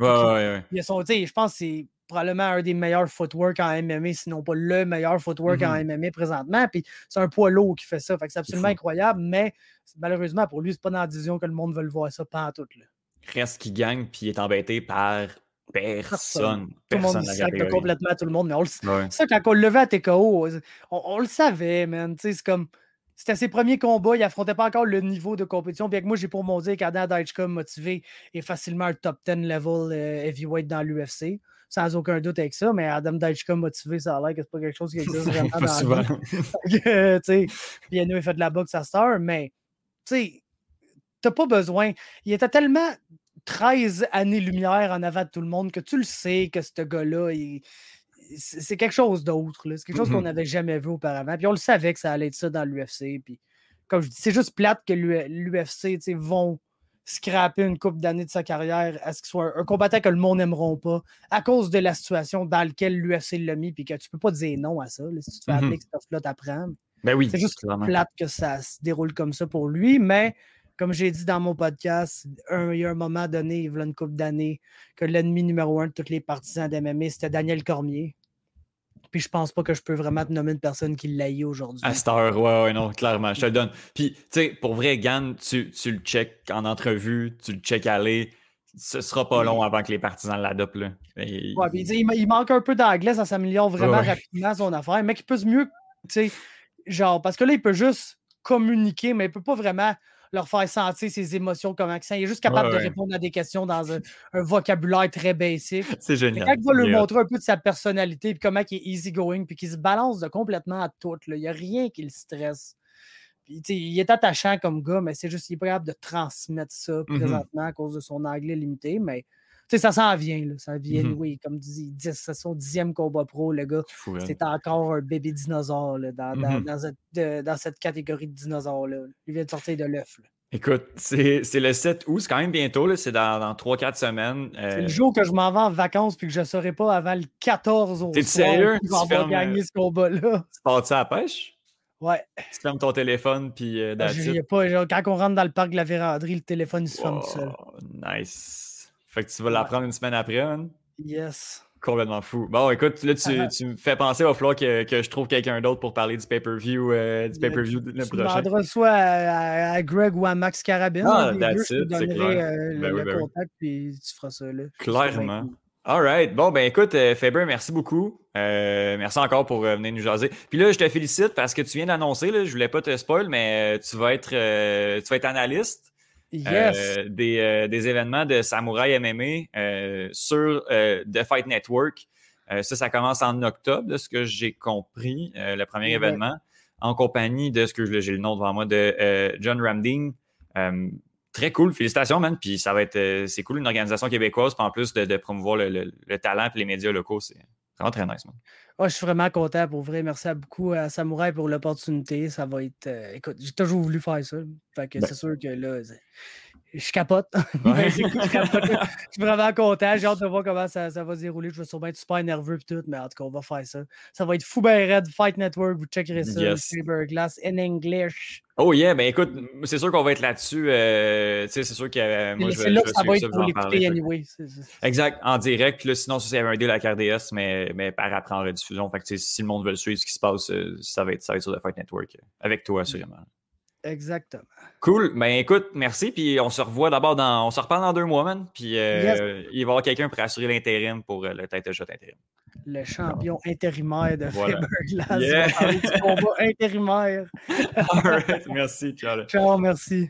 Je pense que c'est probablement un des meilleurs footwork en MMA, sinon pas le meilleur footwork en MMA présentement. Puis c'est un poids lourd qui fait ça. Fait que c'est absolument incroyable, mais malheureusement, pour lui, c'est pas dans la division que le monde veut le voir ça pantoute. Reste qu'il gagne, puis il est embêté par personne. Tout le monde sacre complètement tout le monde. Mais ça, quand on le levait à TKO, on le savait, man. C'est comme... C'était ses premiers combats, il affrontait pas encore le niveau de compétition. Bien que moi, j'ai pour mon dire qu'Adam Daichka motivé est facilement un top 10 level heavyweight dans l'UFC. Sans aucun doute avec ça, mais Adam Daichka motivé, ça a l'air que c'est pas quelque chose qui existe vraiment dans souvent. Puis il fait de la boxe à Star, mais tu sais, t'as pas besoin. Il était tellement 13 années-lumière en avant de tout le monde que tu le sais que ce gars-là, c'est quelque chose d'autre. C'est quelque chose qu'on n'avait jamais vu auparavant. Puis on le savait que ça allait être ça dans l'UFC. Puis comme je dis, c'est juste plate que l'UFC vont scraper une couple d'années de sa carrière à ce qu'il soit un combattant que le monde n'aimeront pas à cause de la situation dans laquelle l'UFC l'a mis. Puis que tu peux pas dire non à ça. Là, si tu te fais appeler que cette offre-là t'apprends. Ben oui, c'est juste plate que ça se déroule comme ça pour lui. Mais comme j'ai dit dans mon podcast, il y a un moment donné, il y a une couple d'années, que l'ennemi numéro 1 de tous les partisans d'MMA, c'était Daniel Cormier. Puis je pense pas que je peux vraiment te nommer une personne qui l'haït aujourd'hui. À cette heure, ouais, non, clairement, je te le donne. Puis, tu sais, pour vrai, Gane, tu le check en entrevue, tu le check aller, ce sera pas long avant que les partisans l'adoptent, là. Il manque un peu d'anglais, ça s'améliore vraiment rapidement son affaire, mais qu'il peut mieux, tu sais, genre, parce que là, il peut juste communiquer, mais il peut pas vraiment leur faire sentir ses émotions comme accent. Il est juste capable de répondre à des questions dans un vocabulaire très basic. C'est génial. Quand il va lui montrer un peu de sa personnalité, puis comment il est easygoing, puis qu'il se balance complètement à tout, il n'y a rien qui le stresse. Puis, il est attachant comme gars, mais c'est juste qu'il est pas capable de transmettre ça présentement à cause de son anglais limité, mais ça s'en vient. Là. Ça vient, oui, comme dit, c'est son 10e combat pro, le gars. C'est encore un bébé dinosaure là, dans cette catégorie de dinosaures-là. Il vient de sortir de l'œuf. Écoute, c'est le 7 août, c'est quand même bientôt, là, c'est dans 3-4 semaines. C'est le jour que je m'en vais en vacances puis que je ne saurai pas avant le 14 au soir. T'es sérieux? On va gagner ce combat-là. Tu pars-tu à la pêche? Ouais. Tu fermes ton téléphone, puis that's Il y it. a pas, genre, quand on rentre dans le parc de la véranderie, le téléphone, il se ferme tout seul. Wow, nice. Fait que tu vas Ouais. l'apprendre une semaine après, man. Yes. Complètement fou. Bon, écoute, là, tu me fais penser, il va falloir que je trouve quelqu'un d'autre pour parler du pay-per-view le Tu prochain. demanderas soit à Greg ou à Max Carabine, un Ah, des deux, that's je te it, c'est donnerai clair. Ben oui, le ben oui. contact, puis tu feras ça là. Ce sera bien Clairement. cool. All right. Bon, ben écoute, Faber, merci beaucoup. Merci encore pour venir nous jaser. Puis là, je te félicite parce que tu viens d'annoncer, là, je voulais pas te spoil, mais tu vas être analyste Yes. des événements de Samouraï MMA sur The Fight Network. Ça commence en octobre, de ce que j'ai compris, le premier Ouais. événement, en compagnie de ce que j'ai le nom devant moi, de John Ramding. Très cool, félicitations, man. Puis ça va être, c'est cool, une organisation québécoise, puis en plus de promouvoir le talent et les médias locaux, c'est vraiment très nice, man. Je suis vraiment content pour vrai. Merci beaucoup à Samouraï pour l'opportunité. Ça va être. Écoute, j'ai toujours voulu faire ça. Fait que Ben, c'est sûr que là, je capote. ouais. Écoute, je capote. Je suis vraiment content. J'ai hâte de voir comment ça va se dérouler. Je vais sûrement être super nerveux et tout, mais en tout cas, on va faire ça. Ça va être fou ben raide. Fight Network, vous checkerez ça. Yes. Fiberglass in English. Oh yeah, ben écoute, c'est sûr qu'on va être là-dessus. Tu sais, c'est sûr que moi, je C'est vais, là je que vais ça suivre va ça, être je vais pour en parler. l'écouter anyway. Exact, en direct. Puis là, sinon, ça, c'est un deal à la RDS, mais par après en rediffusion. Fait que tu sais, si le monde veut suivre ce qui se passe, ça va être sur The Fight Network. Avec toi, assurément. Exactement. Cool. Ben écoute, merci. Puis on se revoit d'abord on se reparle dans 2 mois, man. Puis Yes. il va y avoir quelqu'un pour assurer l'intérim pour le title shot intérim. Le champion intérimaire de Voilà. Fiberglass Yeah. va parler du combat intérimaire. All right. Merci. Ciao. Ciao, merci.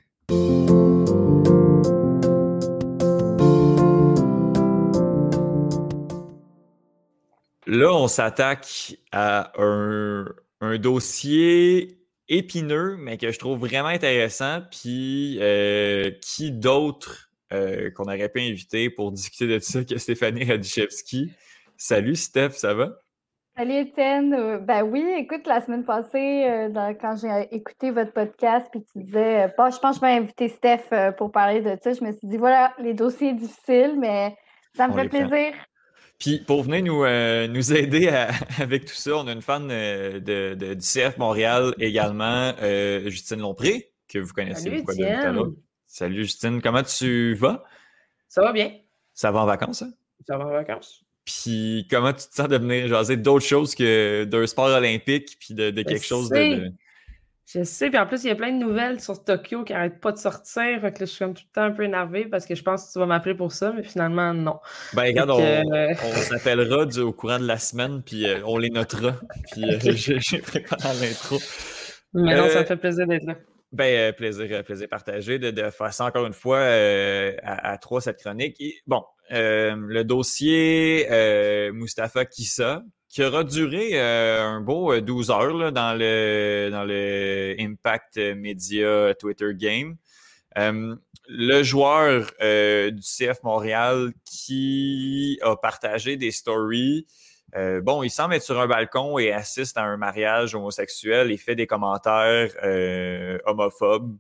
Là, on s'attaque à un dossier épineux, mais que je trouve vraiment intéressant. Puis, qui d'autre qu'on aurait pu inviter pour discuter de ça que Stéphanie Radichevski? Salut, Steph, ça va? Salut Étienne. Ben oui, écoute, la semaine passée, quand j'ai écouté votre podcast, puis tu disais, bon, je pense que je vais inviter Steph pour parler de ça. Je me suis dit, voilà, les dossiers difficiles, mais ça me On fait les prend. plaisir. Puis pour venir nous aider avec tout ça, on a une fan du CF Montréal également, Justine Lompré, que vous connaissez Salut, beaucoup bien tout à l'heure. Étienne. Salut Justine, comment tu vas? Ça va bien. Ça va en vacances, hein? Ça va en vacances. Puis comment tu te sens de venir jaser d'autres choses que d'un sport olympique, puis de quelque chose de... Je sais, puis en plus, il y a plein de nouvelles sur Tokyo qui n'arrêtent pas de sortir. Fait que là, je suis comme tout le temps un peu énervée parce que je pense que tu vas m'appeler pour ça, mais finalement, non. Ben regarde, on s'appellera au courant de la semaine, puis on les notera. Puis j'ai préparé l'intro. Mais non, ça me fait plaisir d'être là. Ben, plaisir partagé de faire ça encore une fois à 3, cette chronique. Et, bon, le dossier Mustafa Kissa, qui aura duré un beau 12 heures là, dans le Impact Media Twitter Game. Le joueur du CF Montréal qui a partagé des stories. Il semble être sur un balcon et assiste à un mariage homosexuel et fait des commentaires homophobes.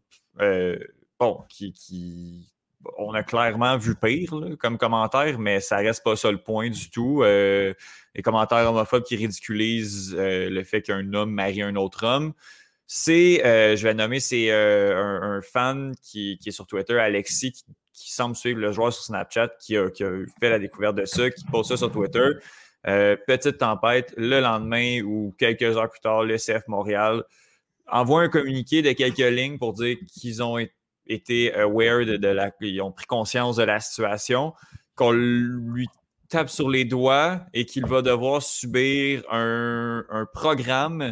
On a clairement vu pire là, comme commentaire, mais ça reste pas ça le point du tout. Les commentaires homophobes qui ridiculisent le fait qu'un homme marie un autre homme. Je vais nommer, c'est un fan qui est sur Twitter, Alexis, qui semble suivre le joueur sur Snapchat, qui a fait la découverte de ça, qui pose ça sur Twitter. Petite tempête, le lendemain ou quelques heures plus tard, le CF Montréal envoie un communiqué de quelques lignes pour dire qu'ils ont été aware ils ont pris conscience de la situation, qu'on lui tape sur les doigts et qu'il va devoir subir un programme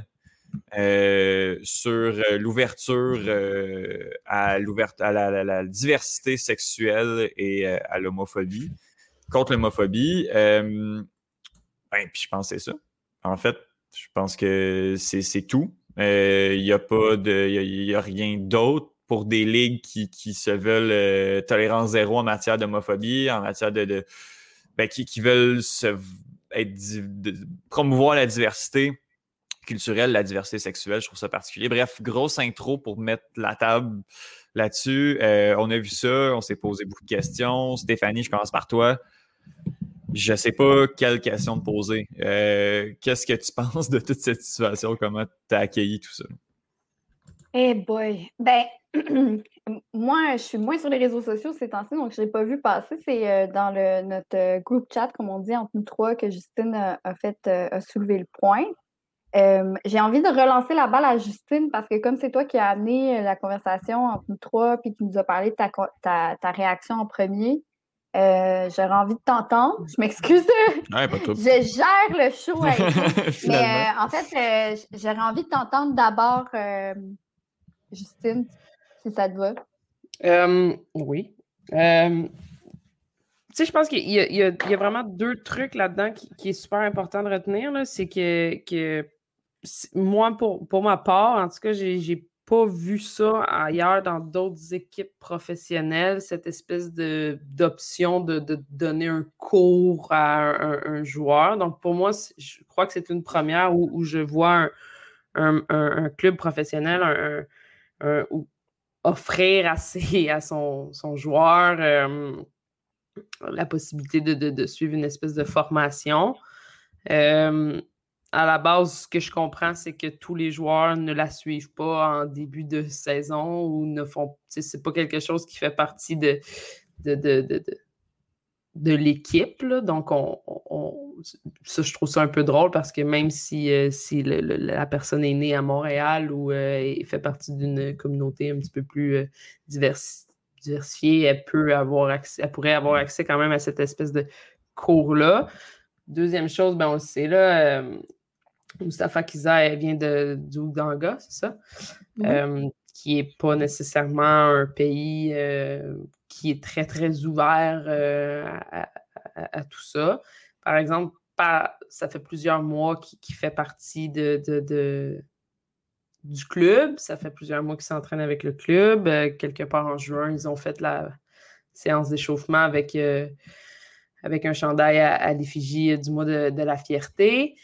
sur l'ouverture à la diversité sexuelle et à l'homophobie, contre l'homophobie. Puis je pense que c'est ça. En fait, je pense que c'est tout. Il n'y a rien d'autre pour des ligues qui se veulent tolérance zéro en matière d'homophobie, en matière qui veulent promouvoir la diversité culturelle, la diversité sexuelle. Je trouve ça particulier. Bref, grosse intro pour mettre la table là-dessus. On a vu ça, on s'est posé beaucoup de questions. Stéphanie, je commence par toi. Je sais pas quelle question te poser. Qu'est-ce que tu penses de toute cette situation? Comment tu as accueilli tout ça? Eh boy! Ben, moi, je suis moins sur les réseaux sociaux ces temps-ci, donc je ne l'ai pas vu passer. C'est dans notre groupe chat, comme on dit, entre nous trois, que Justine a soulevé le point. J'ai envie de relancer la balle à Justine parce que comme c'est toi qui as amené la conversation entre nous trois puis qui nous a parlé de ta réaction en premier, j'aurais envie de t'entendre. Je m'excuse, Ouais, pas tout. je gère le show avec vous. Mais Finalement. en fait, j'aurais envie de t'entendre d'abord, Justine, si ça te va. Oui. Tu sais, je pense qu'il y a vraiment deux trucs là-dedans qui est super important de retenir, là. C'est que moi, pour ma part, en tout cas, j'ai pas vu ça ailleurs dans d'autres équipes professionnelles, cette espèce d'option de donner un cours à un joueur. Donc, pour moi, je crois que c'est une première où je vois un club professionnel offrir à son joueur la possibilité de suivre une espèce de formation. À la base, ce que je comprends, c'est que tous les joueurs ne la suivent pas en début de saison ou ne font. C'est pas quelque chose qui fait partie de l'équipe. Là. Donc, ça, je trouve ça un peu drôle parce que même si la personne est née à Montréal ou fait partie d'une communauté un petit peu plus diversifiée, elle pourrait avoir accès quand même à cette espèce de cours-là. Deuxième chose, ben on le sait là, Mustapha Kiza, elle vient du Ouganda, c'est ça? Qui n'est pas nécessairement un pays qui est très, très ouvert à tout ça. Par exemple, ça fait plusieurs mois qu'il fait partie du club. Ça fait plusieurs mois qu'il s'entraîne avec le club. Quelque part en juin, ils ont fait la séance d'échauffement avec un chandail à l'effigie du mois de la fierté.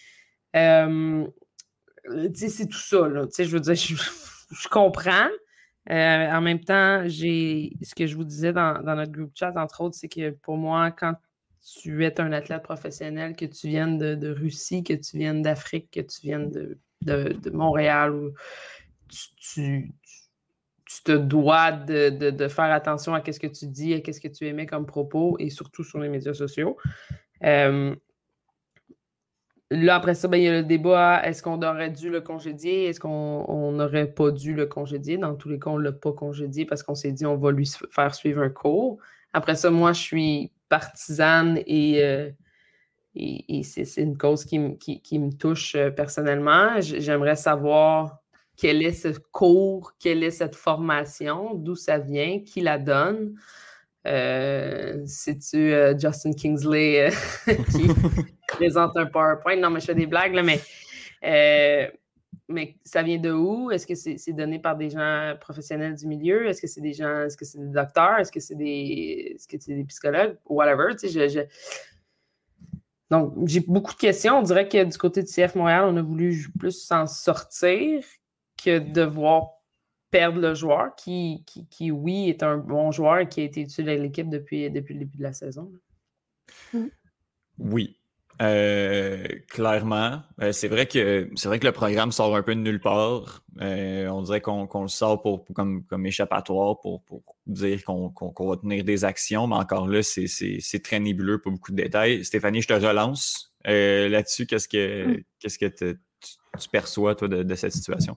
C'est tout ça, là. Je veux dire, je comprends. En même temps, ce que je vous disais dans notre groupe chat, entre autres, c'est que pour moi, quand tu es un athlète professionnel, que tu viennes de Russie, que tu viennes d'Afrique, que tu viennes de Montréal, ou tu te dois de faire attention à ce que tu dis, à ce que tu émets comme propos, et surtout sur les médias sociaux. Là, après ça, il y a le débat, est-ce qu'on aurait dû le congédier? Est-ce qu'on n'aurait pas dû le congédier? Dans tous les cas, on ne l'a pas congédié parce qu'on s'est dit on va lui faire suivre un cours. Après ça, moi, je suis partisane et c'est une cause qui me touche personnellement. J'aimerais savoir quel est ce cours, quelle est cette formation, d'où ça vient, qui la donne. C'est-tu Justin Kingsley qui présente un PowerPoint? Non, mais je fais des blagues, là, mais ça vient de où? Est-ce que c'est donné par des gens professionnels du milieu? Est-ce que c'est des docteurs? Est-ce que c'est des psychologues? Whatever, tu sais, Donc, j'ai beaucoup de questions. On dirait que du côté du CF Montréal, on a voulu plus s'en sortir que devoir perdre le joueur qui, oui, est un bon joueur et qui a été utile à l'équipe depuis le début de la saison. Oui. Clairement. C'est vrai que le programme sort un peu de nulle part. On dirait qu'on le sort comme échappatoire pour dire qu'on va tenir des actions, mais encore là, c'est très nébuleux, pas beaucoup de détails. Stéphanie, je te relance là-dessus. Qu'est-ce que tu perçois, toi, de cette situation?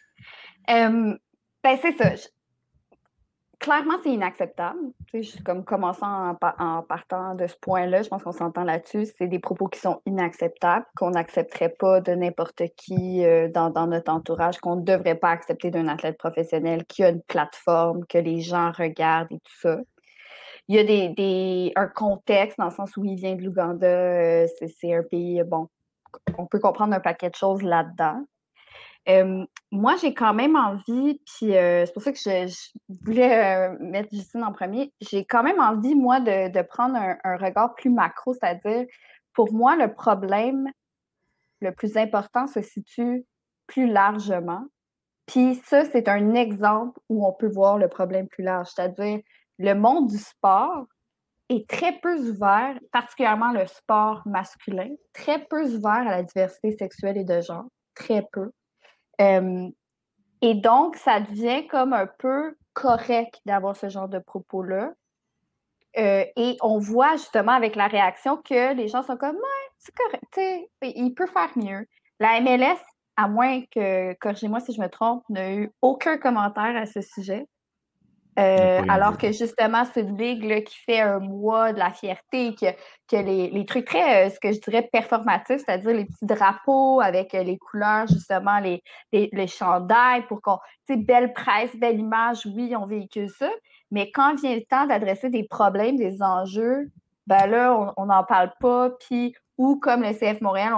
Ben, c'est ça. Clairement, c'est inacceptable. Tu sais, comme commençant en partant de ce point-là, je pense qu'on s'entend là-dessus. C'est des propos qui sont inacceptables, qu'on n'accepterait pas de n'importe qui dans notre entourage, qu'on ne devrait pas accepter d'un athlète professionnel qui a une plateforme, que les gens regardent et tout ça. Il y a un contexte dans le sens où il vient de l'Ouganda. C'est un pays, bon, on peut comprendre un paquet de choses là-dedans. Moi, j'ai quand même envie, puis c'est pour ça que je voulais mettre Justine en premier, j'ai quand même envie, moi, de prendre un regard plus macro, c'est-à-dire, pour moi, le problème le plus important se situe plus largement. Puis ça, c'est un exemple où on peut voir le problème plus large, c'est-à-dire, le monde du sport est très peu ouvert, particulièrement le sport masculin, très peu ouvert à la diversité sexuelle et de genre, très peu. Et donc, ça devient comme un peu correct d'avoir ce genre de propos-là. Et on voit justement avec la réaction que les gens sont comme « Ouais, c'est correct, tu sais, il peut faire mieux. » La MLS, à moins que, corrigez-moi si je me trompe, n'a eu aucun commentaire à ce sujet. Alors que justement, c'est une ligue là, qui fait un mois de la fierté, que les trucs très, ce que je dirais, performatifs, c'est-à-dire les petits drapeaux avec les couleurs, justement, les chandails pour qu'on, tu sais, belle presse, belle image, oui, on véhicule ça, mais quand vient le temps d'adresser des problèmes, des enjeux, ben là, on n'en parle pas, puis, ou comme le CF Montréal,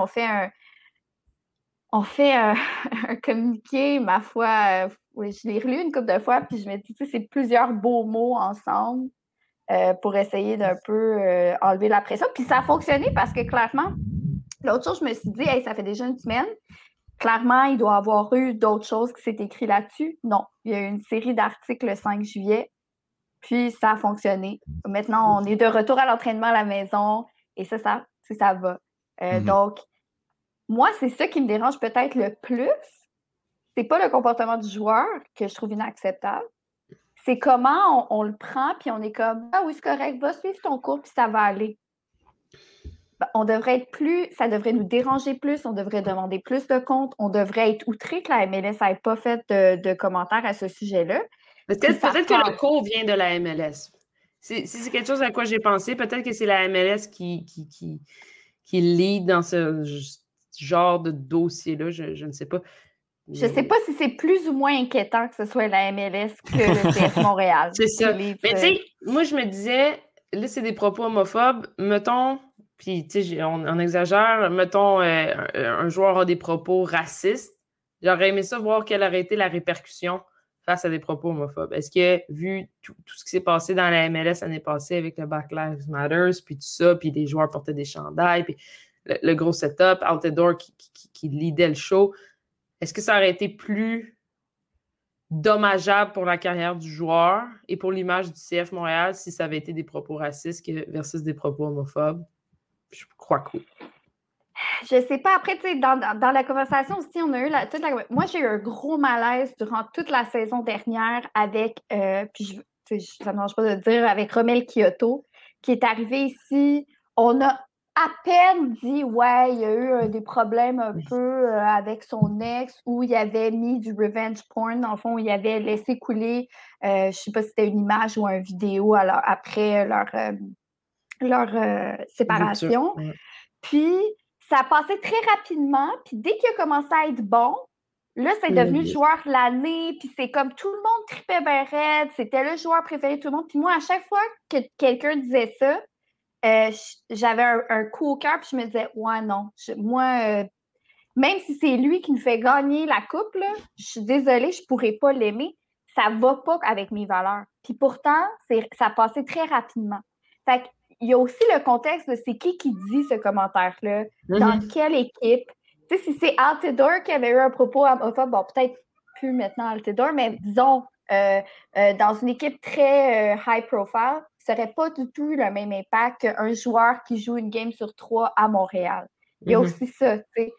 on fait un communiqué, ma foi, oui, je l'ai relu une couple de fois, puis je me dis, tu sais, c'est plusieurs beaux mots ensemble pour essayer d'un peu enlever la pression. Puis ça a fonctionné parce que clairement, l'autre chose, je me suis dit, hey, ça fait déjà une semaine, clairement, il doit y avoir eu d'autres choses qui s'est écrit là-dessus. Non, il y a eu une série d'articles le 5 juillet, puis ça a fonctionné. Maintenant, on est de retour à l'entraînement à la maison, et ça va. Donc, moi, c'est ça qui me dérange peut-être le plus. C'est pas le comportement du joueur que je trouve inacceptable. C'est comment on le prend, puis on est comme « Ah oui, c'est correct, va suivre ton cours, puis ça va aller. » On devrait être ça devrait nous déranger plus, on devrait demander plus de comptes, on devrait être outré que la MLS n'ait pas fait de commentaires à ce sujet-là. Peut-être que le cours vient de la MLS. Si c'est quelque chose à quoi j'ai pensé, peut-être que c'est la MLS qui lead dans ce genre de dossier-là, je ne sais pas. Je ne sais pas si c'est plus ou moins inquiétant que ce soit la MLS que le CF Montréal. C'est ça. Mais tu sais, moi, je me disais, là, c'est des propos homophobes. Mettons, puis tu sais, on exagère, mettons, un joueur a des propos racistes. J'aurais aimé ça voir quelle aurait été la répercussion face à des propos homophobes. Est-ce que, vu tout ce qui s'est passé dans la MLS l'année passée avec le Black Lives Matter, puis tout ça, puis les joueurs portaient des chandails, puis le gros setup, Altidore qui leadait le show, est-ce que ça aurait été plus dommageable pour la carrière du joueur et pour l'image du CF Montréal si ça avait été des propos racistes versus des propos homophobes? Je crois que oui. Je sais pas. Après, tu sais, dans la conversation aussi, on a eu moi, j'ai eu un gros malaise durant toute la saison dernière avec, puis ça ne me dérange pas de le dire, avec Romel Kyoto, qui est arrivé ici. On a à peine dit, ouais, il y a eu des problèmes un peu avec son ex où il avait mis du revenge porn, dans le fond, où il avait laissé couler, je sais pas si c'était une image ou une vidéo après leur séparation. Ouais. Puis, ça a passé très rapidement, puis dès qu'il a commencé à être bon, là, c'est devenu le joueur de l'année, puis c'est comme tout le monde tripait bien raide, c'était le joueur préféré de tout le monde. Puis moi, à chaque fois que quelqu'un disait ça, j'avais un coup au cœur, puis je me disais, ouais, non, moi, même si c'est lui qui nous fait gagner la coupe, là, je suis désolée, je pourrais pas l'aimer, ça va pas avec mes valeurs. Puis pourtant, ça a passé très rapidement. Fait qu'il y a aussi le contexte de c'est qui dit ce commentaire-là, dans quelle équipe. Tu sais, si c'est Altidore qui avait eu un propos homophobe, bon, peut-être plus maintenant Altidore, mais disons, dans une équipe très high profile, ça n'aurait pas du tout eu le même impact qu'un joueur qui joue une game sur 3 à Montréal. Il y a aussi ça, tu sais.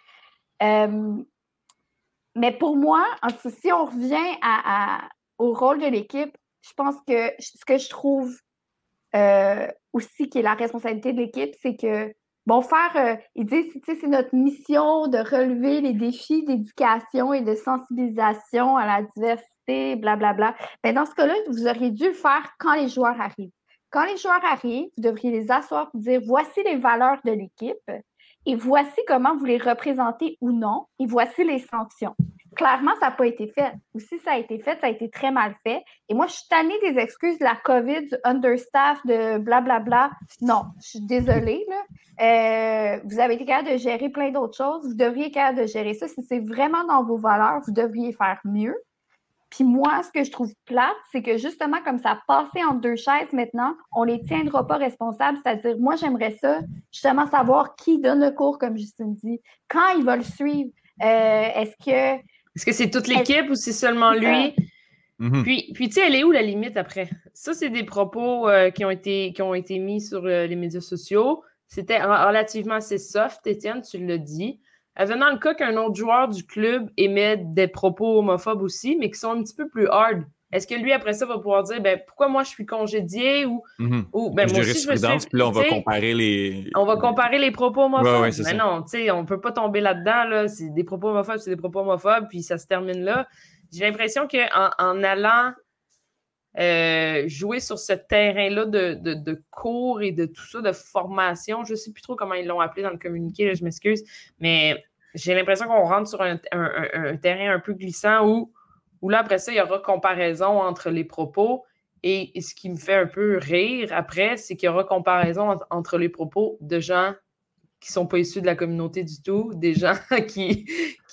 Mais pour moi, si on revient au rôle de l'équipe, je pense que ce que je trouve aussi qui est la responsabilité de l'équipe, c'est que, ils disent, c'est notre mission de relever les défis d'éducation et de sensibilisation à la diversité, blablabla. Mais dans ce cas-là, vous auriez dû le faire quand les joueurs arrivent. Quand les joueurs arrivent, vous devriez les asseoir et dire, voici les valeurs de l'équipe et voici comment vous les représentez ou non et voici les sanctions. Clairement, ça n'a pas été fait. Ou si ça a été fait, ça a été très mal fait. Et moi, je suis tannée des excuses de la COVID, du understaff, de blablabla. Non, je suis désolée. Là. Vous avez été capable de gérer plein d'autres choses. Vous devriez être capable de gérer ça. Si c'est vraiment dans vos valeurs, vous devriez faire mieux. Puis moi, ce que je trouve plate, c'est que justement, comme ça a passé en deux chaises maintenant, on les tiendra pas responsables. C'est-à-dire, moi, j'aimerais ça, justement, savoir qui donne le cours, comme Justine dit, quand il va le suivre. Est-ce que c'est toute l'équipe ou c'est seulement lui? Puis tu sais, elle est où la limite après? Ça, c'est des propos qui ont été mis sur les médias sociaux. C'était relativement assez soft, Étienne, tu l'as dit. advenant le cas qu'un autre joueur du club émet des propos homophobes aussi, mais qui sont un petit peu plus hard, est-ce que lui, après ça, va pouvoir dire pourquoi moi je suis congédié ou moi aussi je me suis. Puis là, on va comparer les. On va comparer les propos homophobes. Ouais, mais non, on peut pas tomber là-dedans. Là. C'est des propos homophobes, c'est des propos homophobes, puis ça se termine là. J'ai l'impression qu'en allant jouer sur ce terrain-là de cours et de tout ça, de formation, je sais plus trop comment ils l'ont appelé dans le communiqué, là, je m'excuse, mais j'ai l'impression qu'on rentre sur un terrain un peu glissant où là, après ça, il y aura comparaison entre les propos. Et ce qui me fait un peu rire après, c'est qu'il y aura comparaison entre les propos de gens qui ne sont pas issus de la communauté du tout, des gens qui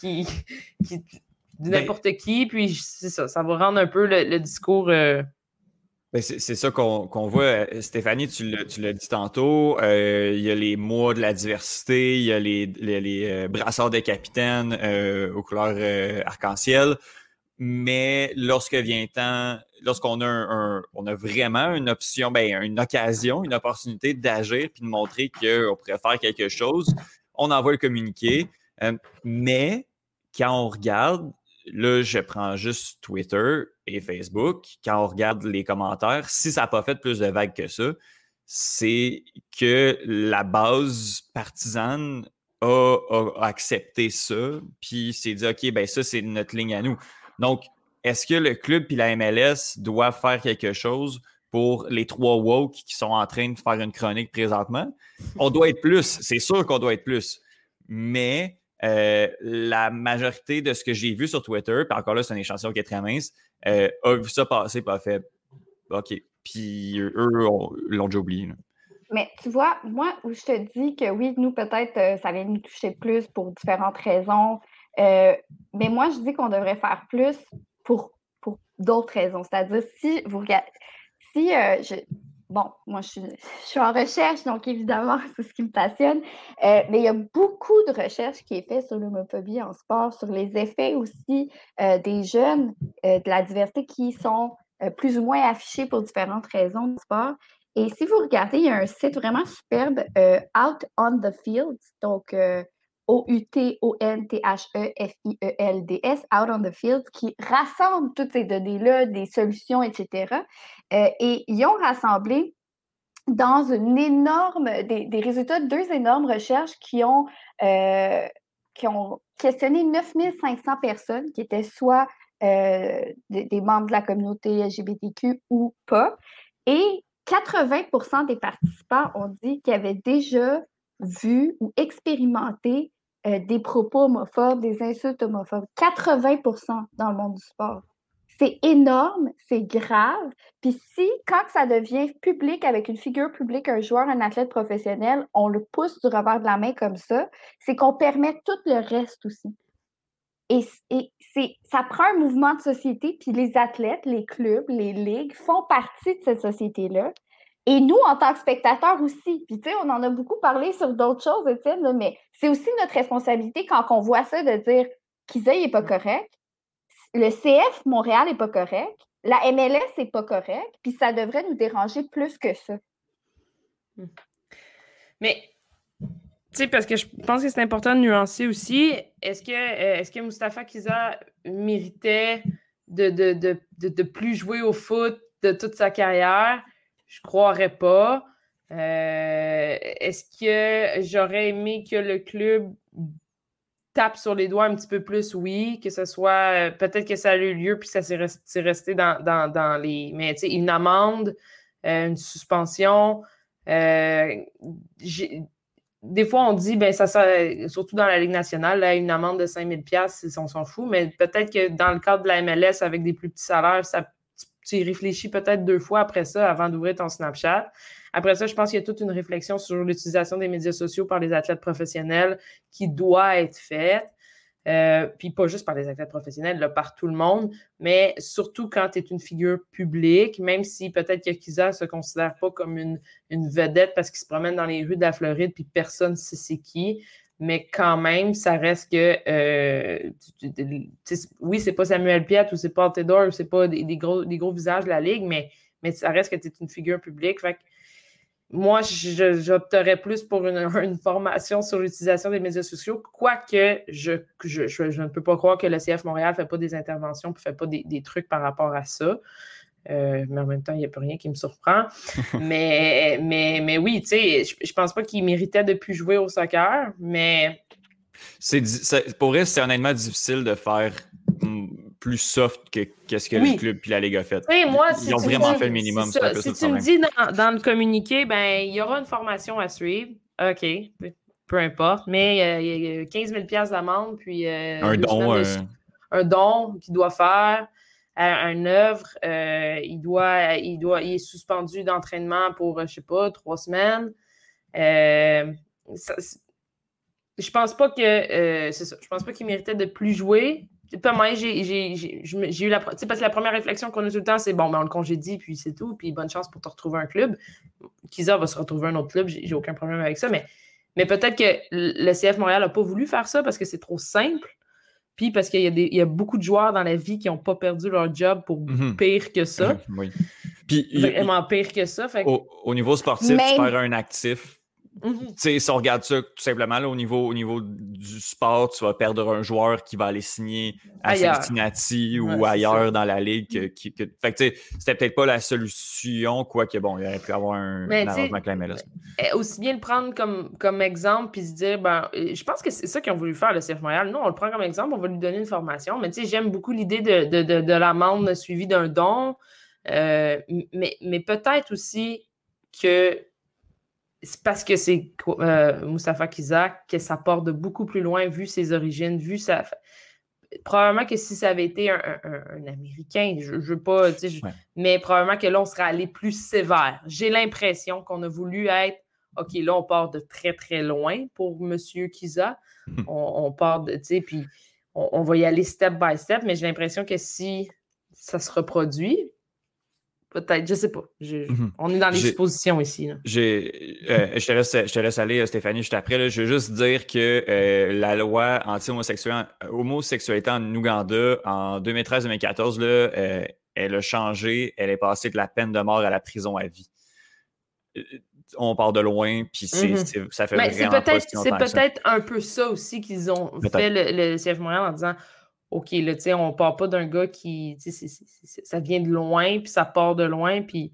de n'importe qui, puis c'est ça va rendre un peu le discours... C'est ça qu'on voit. Stéphanie, tu l'as dit tantôt, il y a les mois de la diversité, il y a les brassards de capitaine aux couleurs arc-en-ciel. Mais lorsqu'on a on a vraiment une option, une occasion, une opportunité d'agir puis de montrer qu'on pourrait faire quelque chose, on envoie le communiqué. Mais quand on regarde, là, je prends juste Twitter et Facebook, quand on regarde les commentaires, si ça n'a pas fait plus de vagues que ça, c'est que la base partisane a accepté ça, puis s'est dit, OK, ça, c'est notre ligne à nous. Donc, est-ce que le club et la MLS doivent faire quelque chose pour les 3 woke qui sont en train de faire une chronique présentement? On doit être plus. C'est sûr qu'on doit être plus. Mais la majorité de ce que j'ai vu sur Twitter, puis encore là, c'est un échantillon qui est très mince, a vu ça passer, pas fait. OK. Puis eux l'ont déjà oublié. Là. Mais tu vois, moi, où je te dis que oui, nous, peut-être, ça vient nous toucher plus pour différentes raisons. Mais moi, je dis qu'on devrait faire plus pour d'autres raisons. C'est-à-dire, si vous regardez... Bon, moi, je suis en recherche, donc évidemment, c'est ce qui me passionne. Mais il y a beaucoup de recherches qui est faite sur l'homophobie en sport, sur les effets aussi des jeunes, de la diversité qui sont plus ou moins affichés pour différentes raisons de sport. Et si vous regardez, il y a un site vraiment superbe, Out on the Field, donc OUTONTHEFIELDS, Out on the Field, qui rassemble toutes ces données-là, des solutions, etc. Et ils ont rassemblé dans des résultats de 2 énormes recherches qui ont questionné 9500 personnes qui étaient soit des membres de la communauté LGBTQ ou pas. Et 80% des participants ont dit qu'ils avaient déjà vu ou expérimenté des propos homophobes, des insultes homophobes. 80% dans le monde du sport. C'est énorme, c'est grave. Puis quand ça devient public avec une figure publique, un joueur, un athlète professionnel, on le pousse du revers de la main comme ça, c'est qu'on permet tout le reste aussi. Et ça prend un mouvement de société, puis les athlètes, les clubs, les ligues font partie de cette société-là. Et nous, en tant que spectateurs aussi. Puis, tu sais, on en a beaucoup parlé sur d'autres choses, Étienne, là, mais c'est aussi notre responsabilité quand on voit ça de dire qu'Isaïe n'est pas correct, le CF Montréal n'est pas correct, la MLS n'est pas correct, puis ça devrait nous déranger plus que ça. Mais, tu sais, parce que je pense que c'est important de nuancer aussi, est-ce que Mustapha Kizza méritait de plus jouer au foot de toute sa carrière? Je croirais pas. Est-ce que j'aurais aimé que le club tape sur les doigts un petit peu plus? Oui, que ce soit... peut-être que ça a eu lieu puis ça s'est resté dans les... Mais tu sais, une amende, une suspension... des fois, on dit, ça, surtout dans la Ligue nationale, là, une amende de 5 000 $, on s'en fout, mais peut-être que dans le cadre de la MLS, avec des plus petits salaires, tu y réfléchis peut-être 2 fois après ça, avant d'ouvrir ton Snapchat. Après ça, je pense qu'il y a toute une réflexion sur l'utilisation des médias sociaux par les athlètes professionnels qui doit être faite. Puis pas juste par les athlètes professionnels, là, par tout le monde, mais surtout quand tu es une figure publique, même si peut-être que Kizza ne se considère pas comme une vedette parce qu'il se promène dans les rues de la Floride puis personne ne sait c'est qui, mais quand même, ça reste que oui, c'est pas Samuel Piette ou c'est pas Altidore ou c'est pas des gros visages de la Ligue, mais ça reste que tu es une figure publique. Fait que moi, j'opterais plus pour une formation sur l'utilisation des médias sociaux, quoique je ne peux pas croire que le CF Montréal ne fait pas des interventions, ne fait pas des trucs par rapport à ça. Mais en même temps, il n'y a plus rien qui me surprend. mais oui, tu sais, je pense pas qu'il méritait de plus jouer au soccer, mais... Pour vrai, c'est honnêtement difficile de faire plus soft que ce que le club puis la Ligue a fait. Moi, ils ont vraiment fait le minimum. Si tu me dis dans le communiqué, ben il y aura une formation à suivre. OK, peu importe, mais il y a 15 000 $ d'amende, puis un don qu'il doit faire à une œuvre. Il est suspendu d'entraînement pour, je sais pas, 3 semaines. Je pense pas que c'est ça. Je pense pas qu'il méritait de plus jouer. Pas moi, j'ai eu la... Tu sais, parce que la première réflexion qu'on a tout le temps, c'est bon, ben on le congédie, puis c'est tout, puis bonne chance pour te retrouver un club. Kiza va se retrouver un autre club, j'ai aucun problème avec ça, mais peut-être que le CF Montréal n'a pas voulu faire ça parce que c'est trop simple, puis parce qu'il y a beaucoup de joueurs dans la vie qui n'ont pas perdu leur job pour pire que ça. Oui. Puis, vraiment pire que ça. Fait que... au niveau sportif, tu perds un actif. Tu sais, si on regarde ça tout simplement, là, au niveau du sport, tu vas perdre un joueur qui va aller signer à Cincinnati ou ailleurs dans la ligue. Fait que tu sais, c'était peut-être pas la solution, quoique bon, il aurait pu avoir un arrangement avec la MLS. Aussi bien le prendre comme exemple puis se dire, ben, je pense que c'est ça qu'ils ont voulu faire, le CF Montréal. Nous, on le prend comme exemple, on va lui donner une formation. Mais tu sais, j'aime beaucoup l'idée de l'amende suivie d'un don. Mais peut-être aussi que c'est parce que c'est Moustapha Kiza que ça porte de beaucoup plus loin, vu ses origines, vu sa... Probablement que si ça avait été un Américain, je veux pas... Mais probablement que là, on serait allé plus sévère. J'ai l'impression qu'on a voulu être... OK, là, on part de très, très loin pour M. Kiza. On part de... Tu sais, puis on va y aller step by step, mais j'ai l'impression que si ça se reproduit... Peut-être, je sais pas. On est dans les suppositions ici. Là. Je te laisse aller, Stéphanie, juste après. Là. Je veux juste dire que la loi anti-homosexualité en Ouganda, en 2013-2014, elle a changé. Elle est passée de la peine de mort à la prison à vie. On part de loin, puis ça fait vraiment pas ce qu'ils ont C'est peut-être un peu ça aussi qu'ils ont fait le CF Montréal en disant... OK, là, tu sais, on part pas d'un gars qui, tu sais, ça vient de loin, puis ça part de loin, puis...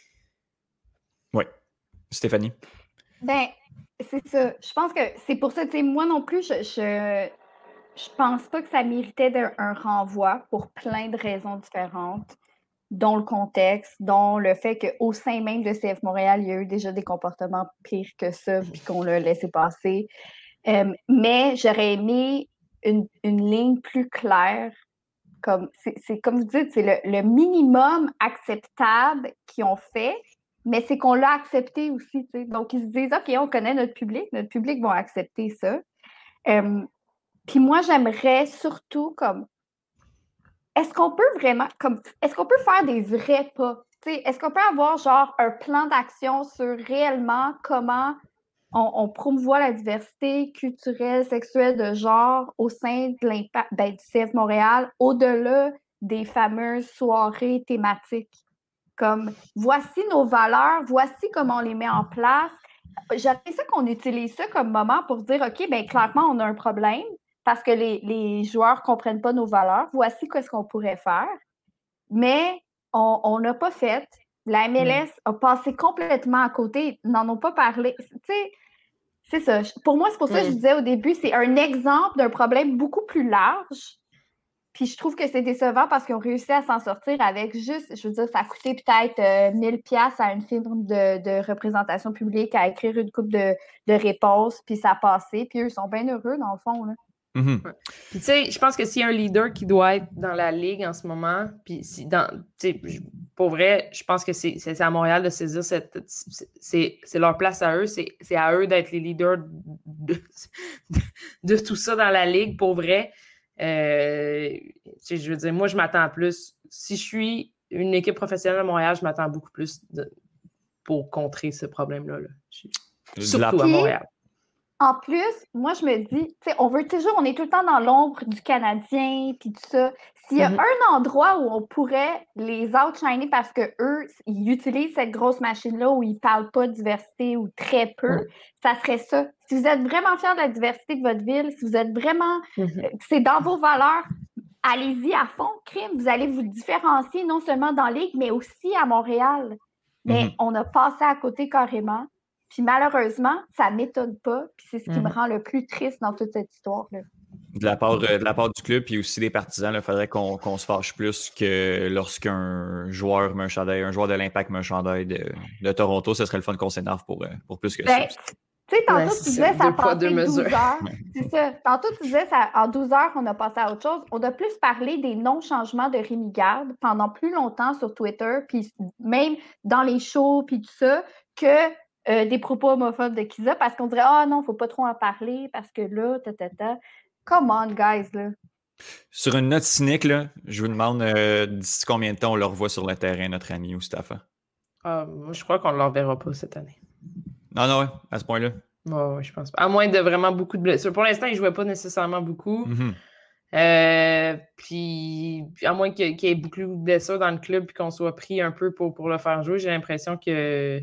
Oui. Stéphanie? Ben, c'est ça. Je pense que c'est pour ça, tu sais, moi non plus, je pense pas que ça méritait un renvoi pour plein de raisons différentes, dont le contexte, dont le fait qu'au sein même de CF Montréal, il y a eu déjà des comportements pires que ça, puis qu'on l'a laissé passer. Mais j'aurais aimé une ligne plus claire. C'est comme vous dites, c'est le minimum acceptable qu'ils ont fait, mais c'est qu'on l'a accepté aussi. T'sais. Donc, ils se disent, OK, on connaît notre public va accepter ça. Puis moi, j'aimerais surtout est-ce qu'on peut faire des vrais pas? T'sais, est-ce qu'on peut avoir genre un plan d'action sur réellement comment on promouvoit la diversité culturelle, sexuelle, de genre au sein de du CF Montréal, au-delà des fameuses soirées thématiques. Comme, voici nos valeurs, voici comment on les met en place. J'appelle ça qu'on utilise ça comme moment pour dire, OK, bien clairement, on a un problème parce que les joueurs ne comprennent pas nos valeurs. Voici ce qu'on pourrait faire. Mais on n'a pas fait. La MLS a passé complètement à côté. Ils n'en ont pas parlé. Tu sais, c'est ça. Pour moi, c'est pour ça que je disais au début, c'est un exemple d'un problème beaucoup plus large. Puis je trouve que c'est décevant parce qu'ils ont réussi à s'en sortir avec juste, je veux dire, ça a coûté peut-être 1000$ à une firme de représentation publique à écrire une couple de réponses, puis ça a passé. Puis eux, ils sont bien heureux, dans le fond. Là. Puis tu sais, je pense que s'il y a un leader qui doit être dans la ligue en ce moment, puis pour vrai, je pense que c'est à Montréal de saisir c'est leur place à eux, c'est à eux d'être les leaders de tout ça dans la ligue, pour vrai. Je veux dire, moi, je m'attends plus. Si je suis une équipe professionnelle à Montréal, je m'attends beaucoup plus pour contrer ce problème-là. Surtout à Montréal. En plus, moi, je me dis, tu sais, on est tout le temps dans l'ombre du Canadien, puis tout ça. S'il y a un endroit où on pourrait les outshiner parce qu'eux, ils utilisent cette grosse machine-là où ils ne parlent pas de diversité ou très peu, ça serait ça. Si vous êtes vraiment fiers de la diversité de votre ville, si vous êtes vraiment, c'est dans vos valeurs, allez-y à fond, crime. Vous allez vous différencier non seulement dans la Ligue, mais aussi à Montréal. Mais on a passé à côté carrément. Puis malheureusement, ça ne m'étonne pas. Puis c'est ce qui me rend le plus triste dans toute cette histoire-là. De la part du club, puis aussi des partisans, il faudrait qu'on se fâche plus que lorsqu'un joueur met un chandail, un joueur de l'Impact met un chandail de Toronto. Ce serait le fun qu'on s'énerve pour plus que ça. Tu sais, tantôt, tu disais ça a passé 12 heures. C'est ça. Tantôt, tu disais en 12 heures, on a passé à autre chose. On a plus parlé des non-changements de Rémi Garde pendant plus longtemps sur Twitter, puis même dans les shows, puis tout ça, que des propos homophobes de Kiza, parce qu'on dirait « Ah non, il ne faut pas trop en parler, parce que là, Come on, guys, là. » Sur une note cynique, là, je vous demande d'ici combien de temps on le revoit sur le terrain, notre ami Mustapha? Moi, je crois qu'on ne le reverra pas cette année. Non, ouais, à ce point-là. Je pense pas. À moins de vraiment beaucoup de blessures. Pour l'instant, il ne jouait pas nécessairement beaucoup. Puis, à moins qu'il y ait beaucoup de blessures dans le club et qu'on soit pris un peu pour le faire jouer, j'ai l'impression que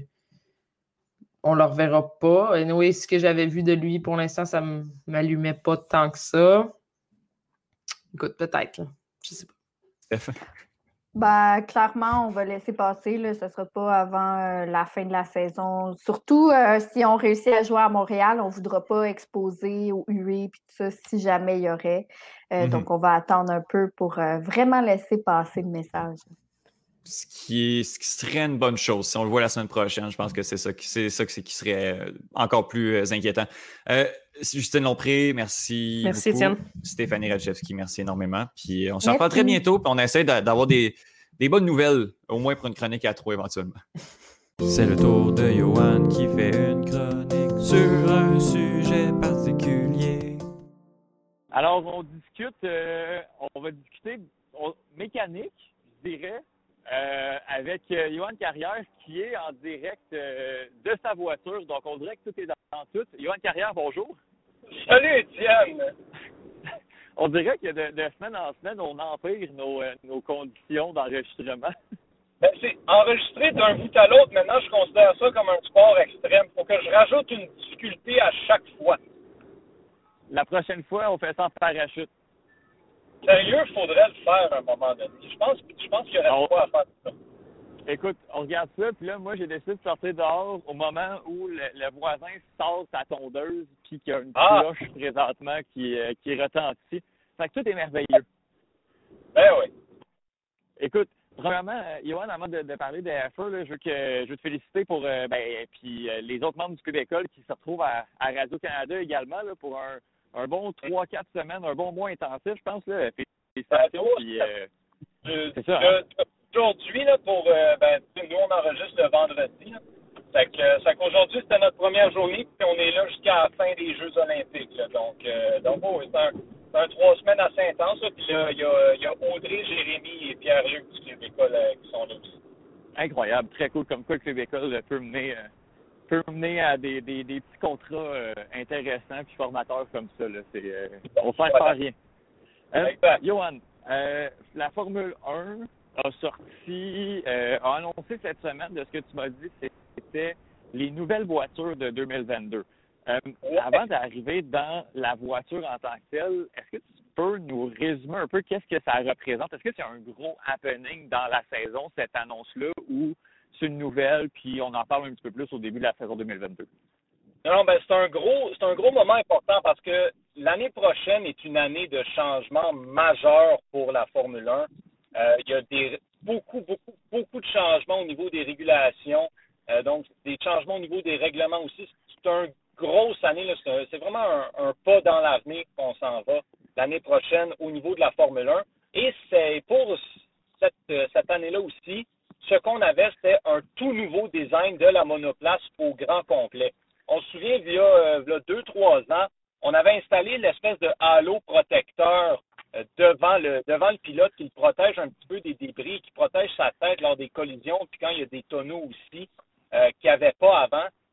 on le reverra pas. Oui, ce que j'avais vu de lui, pour l'instant, ça ne m'allumait pas tant que ça. Écoute, peut-être. Là. Je sais pas. Ben, clairement, on va laisser passer. Là. Ce ne sera pas avant la fin de la saison. Surtout si on réussit à jouer à Montréal, on ne voudra pas exposer au UE et tout ça si jamais il y aurait. Donc, on va attendre un peu pour vraiment laisser passer le message. Ce qui serait une bonne chose. Si on le voit la semaine prochaine, je pense que c'est ça qui serait encore plus inquiétant. Justine Lompré, merci beaucoup. Étienne. Stéphanie Radchevski, merci énormément. Puis on se reparle très bientôt. Puis on essaie d'avoir des bonnes nouvelles, au moins pour une chronique à 3 éventuellement. C'est le tour de Yoann qui fait une chronique sur un sujet particulier. Alors, on va discuter mécanique, je dirais. Avec Yoann Carrière qui est en direct de sa voiture. Donc, on dirait que tout est dans tout. Yoann Carrière, bonjour. Salut, Étienne. On dirait que de semaine en semaine, on empire nos conditions d'enregistrement. Ben, c'est enregistré d'un bout à l'autre. Maintenant, je considère ça comme un sport extrême. Il faut que je rajoute une difficulté à chaque fois. La prochaine fois, on fait ça en parachute. Sérieux, il faudrait le faire à un moment donné. Je pense qu'il y aurait quoi à faire de ça. Écoute, on regarde ça, puis là, moi, j'ai décidé de sortir dehors au moment où le voisin sort sa tondeuse, puis qu'il y a une cloche présentement qui retentit. Fait que tout est merveilleux. Ben oui. Écoute, premièrement, Yoann, avant de parler de FE, là, je veux te féliciter pour puis les autres membres du Club École qui se retrouvent à Radio-Canada également là, pour un bon 3-4 semaines, un bon mois intensif, je pense. Là. Félicitations. C'est ça. Aujourd'hui, là, nous, on enregistre le vendredi. Fait qu'aujourd'hui, c'était notre première journée, puis on est là jusqu'à la fin des Jeux olympiques. Là. Donc c'est un 3 semaines assez intense. Puis là, il y a Audrey, Jérémy et Pierre-Luc du Club École qui sont là aussi. Incroyable. Très cool. Comme quoi le Club École peut mener à des petits contrats intéressants puis formateurs comme ça. Là. On ne faire rien. Yoann, la Formule 1 a annoncé cette semaine, de ce que tu m'as dit, c'était les nouvelles voitures de 2022. Avant d'arriver dans la voiture en tant que telle, est-ce que tu peux nous résumer un peu qu'est-ce que ça représente? Est-ce que c'est un gros happening dans la saison, cette annonce-là, ou c'est une nouvelle, puis on en parle un petit peu plus au début de la saison 2022? Non, c'est un gros moment important parce que l'année prochaine est une année de changement majeur pour la Formule 1. Il y a beaucoup de changements au niveau des régulations, donc des changements au niveau des règlements aussi. C'est une grosse année, là, c'est vraiment un pas dans l'avenir qu'on s'en va l'année prochaine au niveau de la Formule 1. Et c'est pour cette année-là aussi, ce qu'on avait, c'était un tout nouveau design de la monoplace au grand complet. On se souvient, il y a 2-3 ans, on avait installé l'espèce de halo protecteur devant le pilote qui le protège un petit peu des débris, qui protège sa tête lors des collisions, puis quand il y a des tonneaux aussi qu'il n'y avait pas avant.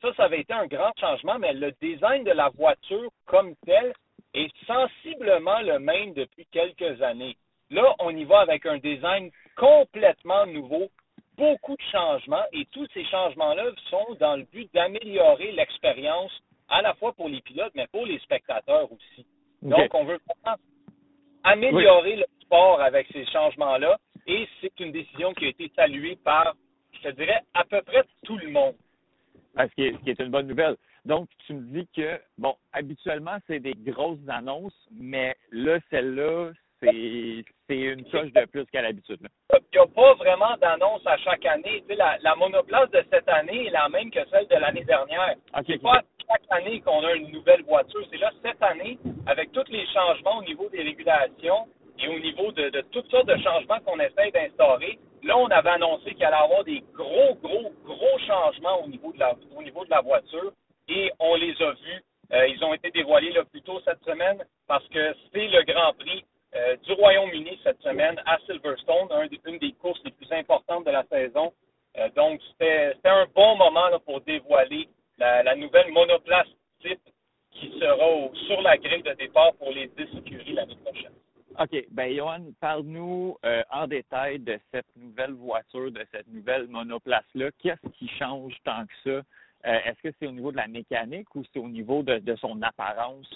ça avait été un grand changement, mais le design de la voiture comme tel est sensiblement le même depuis quelques années. Là, on y va avec un design complètement nouveau, beaucoup de changements, et tous ces changements-là sont dans le but d'améliorer l'expérience à la fois pour les pilotes, mais pour les spectateurs aussi. Donc, on veut vraiment améliorer le sport avec ces changements-là, et c'est une décision qui a été saluée par, je te dirais, à peu près tout le monde. Ce qui est une bonne nouvelle. Donc, tu me dis que, bon, habituellement, c'est des grosses annonces, mais là, celle-là, c'est une coche de plus qu'à l'habitude. Il n'y a pas vraiment d'annonce à chaque année. Tu sais, la monoplace de cette année est la même que celle de l'année dernière. C'est pas chaque année qu'on a une nouvelle voiture. C'est là, cette année, avec tous les changements au niveau des régulations et au niveau de toutes sortes de changements qu'on essaie d'instaurer, là, on avait annoncé qu'il allait y avoir des gros changements au niveau de la voiture, et on les a vus. Ils ont été dévoilés là, plus tôt cette semaine parce que c'est le Grand Prix du Royaume-Uni cette semaine à Silverstone, une des courses les plus importantes de la saison. Donc, c'était un bon moment là, pour dévoiler la nouvelle monoplace type qui sera sur la grille de départ pour les 10 écuries l'année prochaine. OK. Ben, Johan, parle-nous en détail de cette nouvelle voiture, de cette nouvelle monoplace-là. Qu'est-ce qui change tant que ça? Est-ce que c'est au niveau de la mécanique ou c'est au niveau de son apparence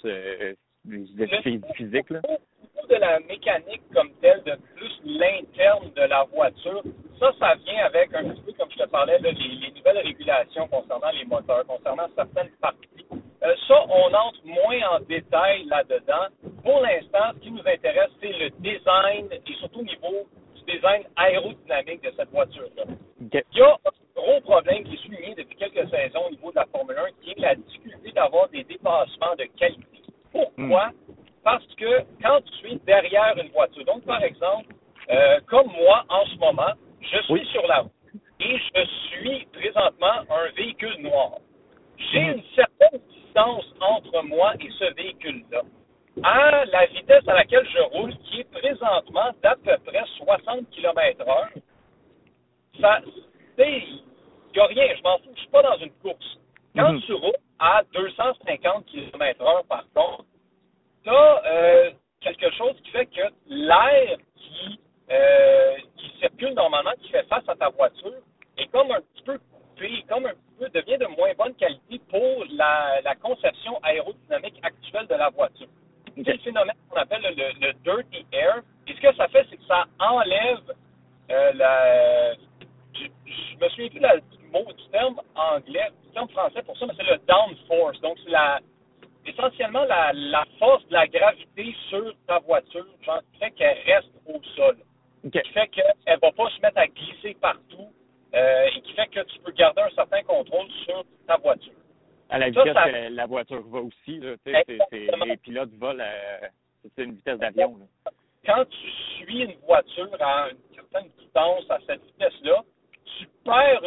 physique? Là? Au niveau de la mécanique comme telle, de plus l'interne de la voiture, ça vient avec un petit peu, comme je te parlais, là, les nouvelles régulations concernant les moteurs, concernant certaines parties. Ça, on entre moins en détail là-dedans. Pour l'instant, ce qui nous intéresse, c'est le design et surtout au niveau du design aérodynamique de cette voiture-là. Okay. Il y a un gros problème qui est souligné depuis quelques saisons au niveau de la Formule 1, qui est la difficulté d'avoir des dépassements de qualité. Pourquoi? Parce que quand tu es derrière une voiture, donc par exemple, comme moi en ce moment, je suis sur la route et je suis présentement un véhicule noir. J'ai une certaine distance entre moi et ce véhicule-là. À la vitesse à laquelle je roule, qui est présentement d'à peu près 60 km/h, il n'y a rien, je m'en fous, je ne suis pas dans une course. Quand tu roules à 250 km/h, par contre, tu as quelque chose qui fait que l'air qui circule normalement, qui fait face à ta voiture, est comme un petit peu coupé, comme un petit peu devient de moins bonne qualité pour la conception aérodynamique actuelle de la voiture. C'est le phénomène qu'on appelle le dirty air. Et ce que ça fait, c'est que ça enlève je me souviens plus du terme anglais, du terme français pour ça, mais c'est le downforce. Donc, c'est essentiellement la force de la gravité sur ta voiture, genre, qui fait qu'elle reste au sol. Qui fait qu'elle ne va pas se mettre à glisser partout et qui fait que tu peux garder un certain contrôle sur ta voiture. À la vitesse que la voiture va aussi, là, les pilotes volent, c'est une vitesse d'avion. Là. Quand tu suis une voiture à une certaine distance, à cette vitesse-là, tu perds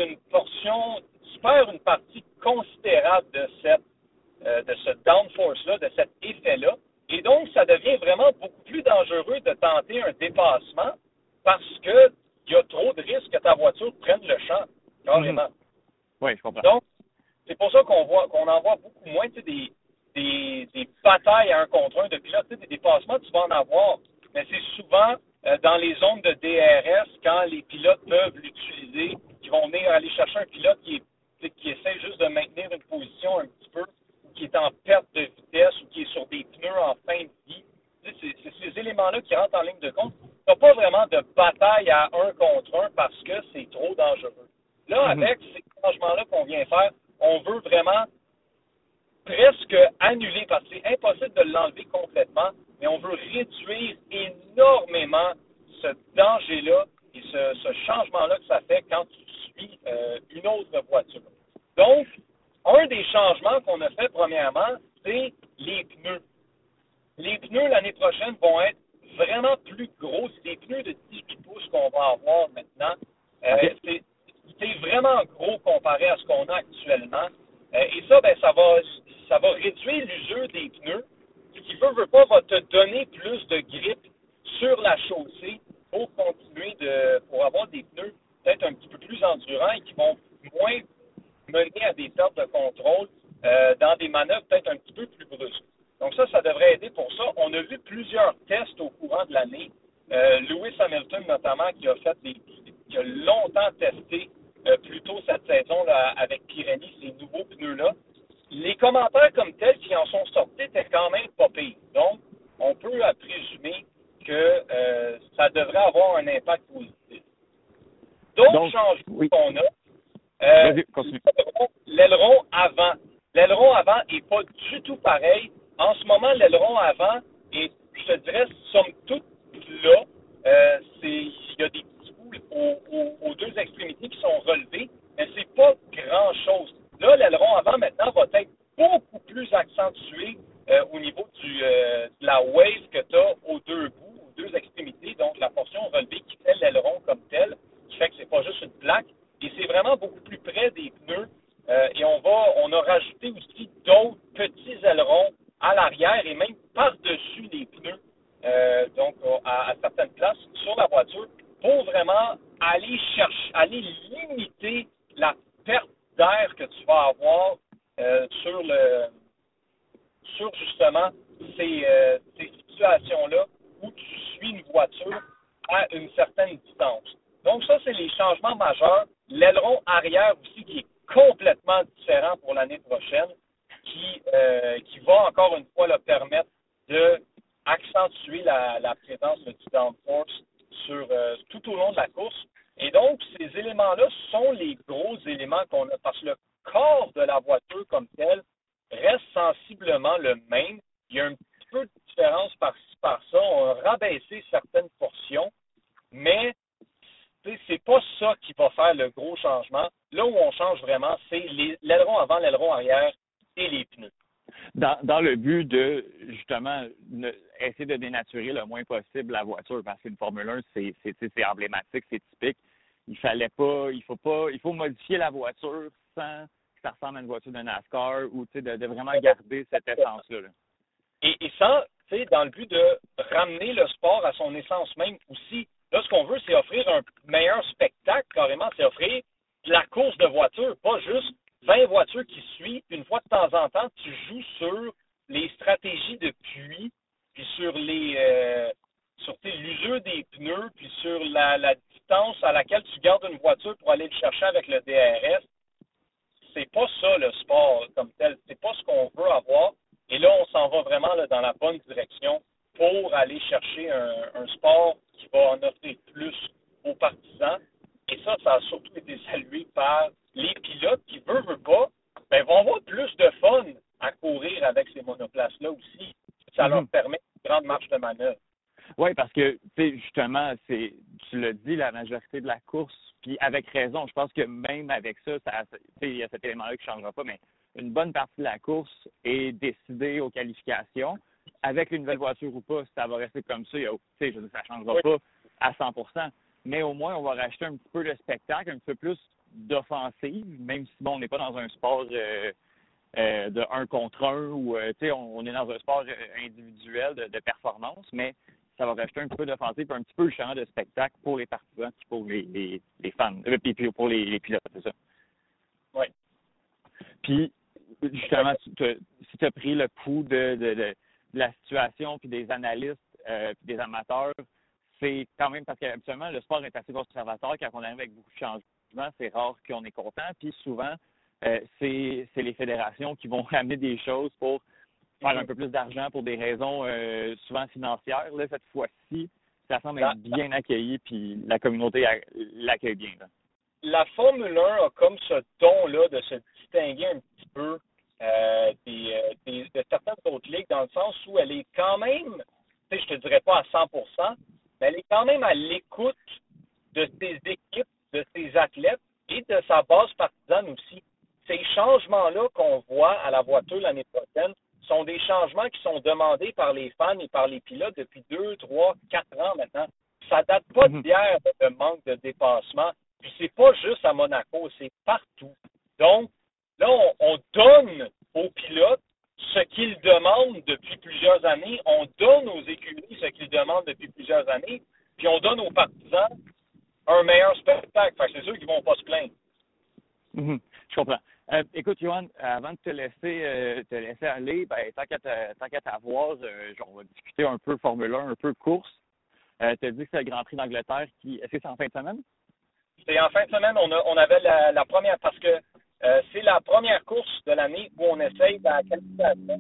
une partie considérable de ce downforce-là, de cet effet-là. Et donc, ça devient vraiment beaucoup plus dangereux de tenter un dépassement parce que il y a trop de risques que ta voiture prenne le champ, carrément. Oui, je comprends. Donc, c'est pour ça qu'on en voit beaucoup moins des batailles à un contre un de pilotes. Des dépassements, tu vas en avoir, mais c'est souvent dans les zones de DRS, quand les pilotes peuvent l'utiliser, qui vont venir aller chercher un pilote qui essaie juste de maintenir une position un petit peu, ou qui est en perte de vitesse, ou qui est sur des pneus en fin de vie. C'est ces éléments-là qui rentrent en ligne de compte. Il n'y a pas vraiment de bataille à un contre un parce que c'est trop dangereux. Là, avec ces changements-là qu'on vient faire, on veut vraiment presque annuler, parce que c'est impossible de l'enlever complètement, mais on veut réduire énormément ce danger-là et ce changement-là que ça fait quand tu suis une autre voiture. Donc, un des changements qu'on a fait premièrement, c'est les pneus. Les pneus l'année prochaine vont être vraiment plus gros. C'est des pneus de 18 pouces qu'on va avoir maintenant. C'est vraiment gros comparé à ce qu'on a actuellement. Et ça, ça va réduire l'usure des pneus, ce qui veut pas, va te donner plus de grip sur la chaussée pour continuer pour avoir des pneus peut-être un petit peu plus endurants et qui vont moins mener à des pertes de contrôle manœuvre peut-être un petit peu plus brusque. Donc ça devrait aider pour ça. On a vu plusieurs tests au courant de l'année. Lewis Hamilton notamment qui a longtemps testé plus tôt cette saison là, avec Pirelli ces nouveaux pneus-là. Les commentaires comme tels qui en sont sortis étaient quand même pas pires. Donc, on peut présumer que ça devrait avoir un impact positif. D'autres changements qu'on a, l'aileron avant. L'aileron avant n'est pas du tout pareil. En ce moment, l'aileron avant est, je te dirais, somme toute là. Il y a des petits bouts aux deux extrémités qui sont relevés, mais c'est pas grand-chose. Là, l'aileron avant, maintenant, va être beaucoup plus accentué au niveau de la wave que tu as aux deux bouts, aux deux extrémités, donc la portion relevée qui fait l'aileron comme tel, qui fait que c'est pas juste une plaque, et c'est vraiment beaucoup plus près des pneus, et on a rajouté aussi d'autres petits ailerons à l'arrière et même par-dessus les pneus, donc à certaines places sur la voiture, pour vraiment aller limiter la perte d'air que tu vas avoir sur justement ces situations-là où tu suis une voiture à une certaine distance. Donc ça, c'est les changements majeurs. L'aileron arrière aussi qui est complètement différent pour l'année prochaine, qui va encore une fois permettre de accentuer la présence du downforce tout au long de la course. Et donc, ces éléments-là sont les gros éléments qu'on a, parce que le corps de la voiture comme tel reste sensiblement le même. Il y a un petit peu de différence par-ci, par-ça. On a rabaissé certaines portions, mais c'est pas ça qui va faire le gros changement. Là où on change vraiment, c'est l'aileron avant, l'aileron arrière et les pneus. Dans le but de, justement, essayer de dénaturer le moins possible la voiture, parce qu'une Formule 1, c'est emblématique, c'est typique. Il faut modifier la voiture sans que ça ressemble à une voiture de NASCAR ou de vraiment garder cette essence-là. Là. Et ça, dans le but de ramener le sport à son essence même aussi. Là, ce qu'on veut, c'est offrir un meilleur spectacle, carrément. C'est offrir de la course de voiture, pas juste 20 voitures qui suivent. Une fois de temps en temps, tu joues sur les stratégies de pluie, puis sur l'usure des pneus, puis sur la distance à laquelle tu gardes une voiture pour aller le chercher avec le DRS. C'est pas ça le sport comme tel. C'est pas ce qu'on veut avoir. Et là, on s'en va vraiment dans la bonne direction pour aller chercher un sport qui va en offrir plus aux partisans. Et ça a surtout été salué par les pilotes qui, veulent pas, vont avoir plus de fun à courir avec ces monoplaces-là aussi. Ça leur permet une grande marge de manœuvre. Oui, parce que, justement, tu l'as dit, la majorité de la course, puis avec raison, je pense que même avec ça, il y a cet élément-là qui ne changera pas, mais une bonne partie de la course est décidée aux qualifications. Avec une nouvelle voiture ou pas, ça va rester comme ça, ça ne changera pas à 100%, mais au moins, on va racheter un petit peu le spectacle, un petit peu plus d'offensive, même si, on n'est pas dans un sport de 1 contre 1 ou, on est dans un sport individuel de performance, mais ça va rajouter un petit peu d'offensive, un petit peu le champ de spectacle pour les partisans et pour les fans, puis pour les pilotes, c'est ça. Oui. Puis, justement, si tu as pris le pouls de la situation, puis des analystes, puis des amateurs, c'est quand même parce qu'habituellement, le sport est assez conservateur. Quand on arrive avec beaucoup de changements, c'est rare qu'on est content. Puis souvent, c'est les fédérations qui vont ramener des choses pour faire un peu plus d'argent pour des raisons souvent financières. Là, cette fois-ci, ça semble être bien accueilli, puis la communauté l'accueille bien. Là. La Formule 1 a comme ce don-là de se distinguer un petit peu de certaines autres ligues, dans le sens où elle est quand même, je te dirais pas à 100%, mais elle est quand même à l'écoute de ses équipes, de ses athlètes et de sa base partisane aussi. Ces changements-là qu'on voit à la voiture l'année prochaine sont des changements qui sont demandés par les fans et par les pilotes depuis 2, 3, 4 ans maintenant. Ça date pas d'hier, le manque de dépassement. Puis c'est pas juste à Monaco, c'est partout. Donc, là, on donne aux pilotes ce qu'ils demandent depuis plusieurs années. On donne aux écuries ce qu'ils demandent depuis plusieurs années. Puis on donne aux partisans un meilleur spectacle. Fait que c'est sûr qu'ils vont pas se plaindre. Je comprends. Écoute, Johan, avant de te laisser aller, ben, tant qu'à t'avoir, on va discuter un peu Formule 1, un peu course. Tu as dit que c'est le Grand Prix d'Angleterre est-ce que c'est en fin de semaine? C'est en fin de semaine, on avait la première, parce que c'est la première course de l'année où on essaye la qualification.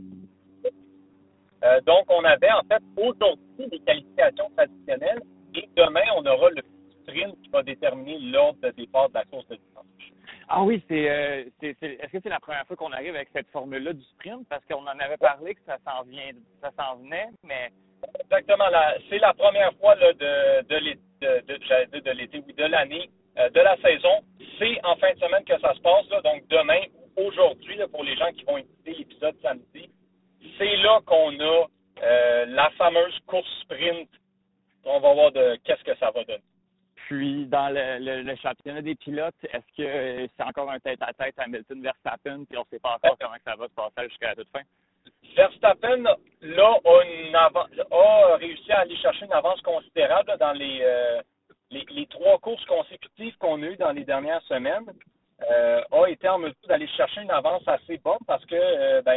Donc, on avait en fait aujourd'hui les qualifications traditionnelles et demain, on aura le sprint qui va déterminer l'ordre de départ de la course de dimanche. Ah oui, est-ce que c'est la première fois qu'on arrive avec cette formule-là du sprint? Parce qu'on en avait parlé que ça s'en venait, mais... Exactement. C'est la première fois là, de l'été, oui, de l'année, de la saison. C'est en fin de semaine que ça se passe. Là, donc demain ou aujourd'hui, là, pour les gens qui vont écouter l'épisode samedi, c'est là qu'on a la fameuse course sprint. On va voir qu'est-ce que ça va donner. Puis, dans le championnat des pilotes, est-ce que c'est encore un tête-à-tête Hamilton-Verstappen, puis on ne sait pas encore comment ça va se passer jusqu'à la toute fin? Verstappen, là, a réussi à aller chercher une avance considérable là, dans les 3 courses consécutives qu'on a eues dans les dernières semaines. A été en mesure d'aller chercher une avance assez bonne parce que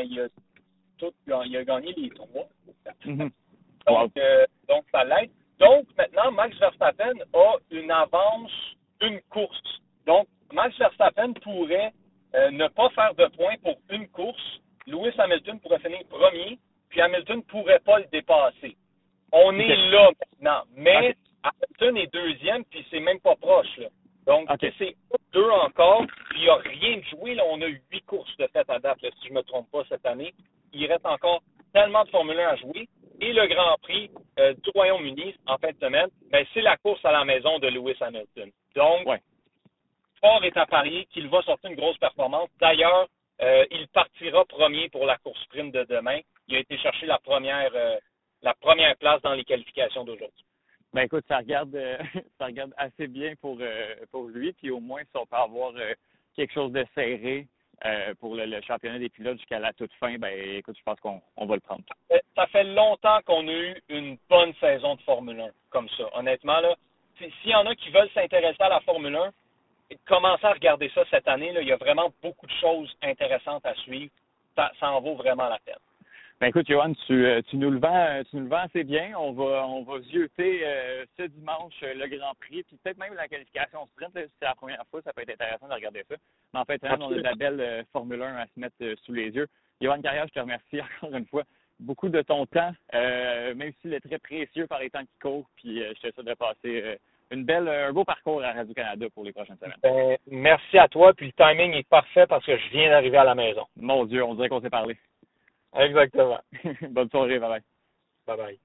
il a gagné les 3. Mm-hmm. Donc, ça l'aide. Donc, maintenant, Max Verstappen a une avance d'une course. Donc, Max Verstappen pourrait ne pas faire de points pour une course. Lewis Hamilton pourrait finir premier, puis Hamilton ne pourrait pas le dépasser. On est là maintenant. Mais Hamilton est deuxième, puis c'est même pas proche. Là. Donc, c'est 2 encore, puis il n'y a rien de joué. Là. On a eu 8 courses de fait à date, là, si je ne me trompe pas, cette année. Il reste encore tellement de Formule 1 à jouer. Et le Grand Prix du Royaume-Uni en fin de semaine, ben, c'est la course à la maison de Lewis Hamilton. Donc, fort est à parier qu'il va sortir une grosse performance. D'ailleurs, il partira premier pour la course sprint de demain. Il a été chercher la première place dans les qualifications d'aujourd'hui. Ben écoute, ça regarde assez bien pour lui. Puis au moins, si on peut avoir quelque chose de serré pour le championnat des pilotes jusqu'à la toute fin, ben écoute, je pense qu'on va le prendre. Ça fait longtemps qu'on a eu une bonne saison de Formule 1 comme ça. Honnêtement, là, s'il y en a qui veulent s'intéresser à la Formule 1, commencez à regarder ça cette année. Là, il y a vraiment beaucoup de choses intéressantes à suivre. Ça en vaut vraiment la peine. Ben écoute, Johan, tu nous le vends assez bien. On va zioter ce dimanche le Grand Prix, puis peut-être même la qualification sprint. Là, si c'est la première fois, ça peut être intéressant de regarder ça. Mais en fait, on a de la belle Formule 1 à se mettre sous les yeux. Johan Carrière, je te remercie encore une fois beaucoup de ton temps, même s'il est très précieux par les temps qui courent. Puis je te souhaite de passer un beau parcours à Radio-Canada pour les prochaines semaines. Merci à toi, puis le timing est parfait parce que je viens d'arriver à la maison. Mon Dieu, on dirait qu'on s'est parlé. Exactement. Bonne soirée, bye-bye. Bye-bye.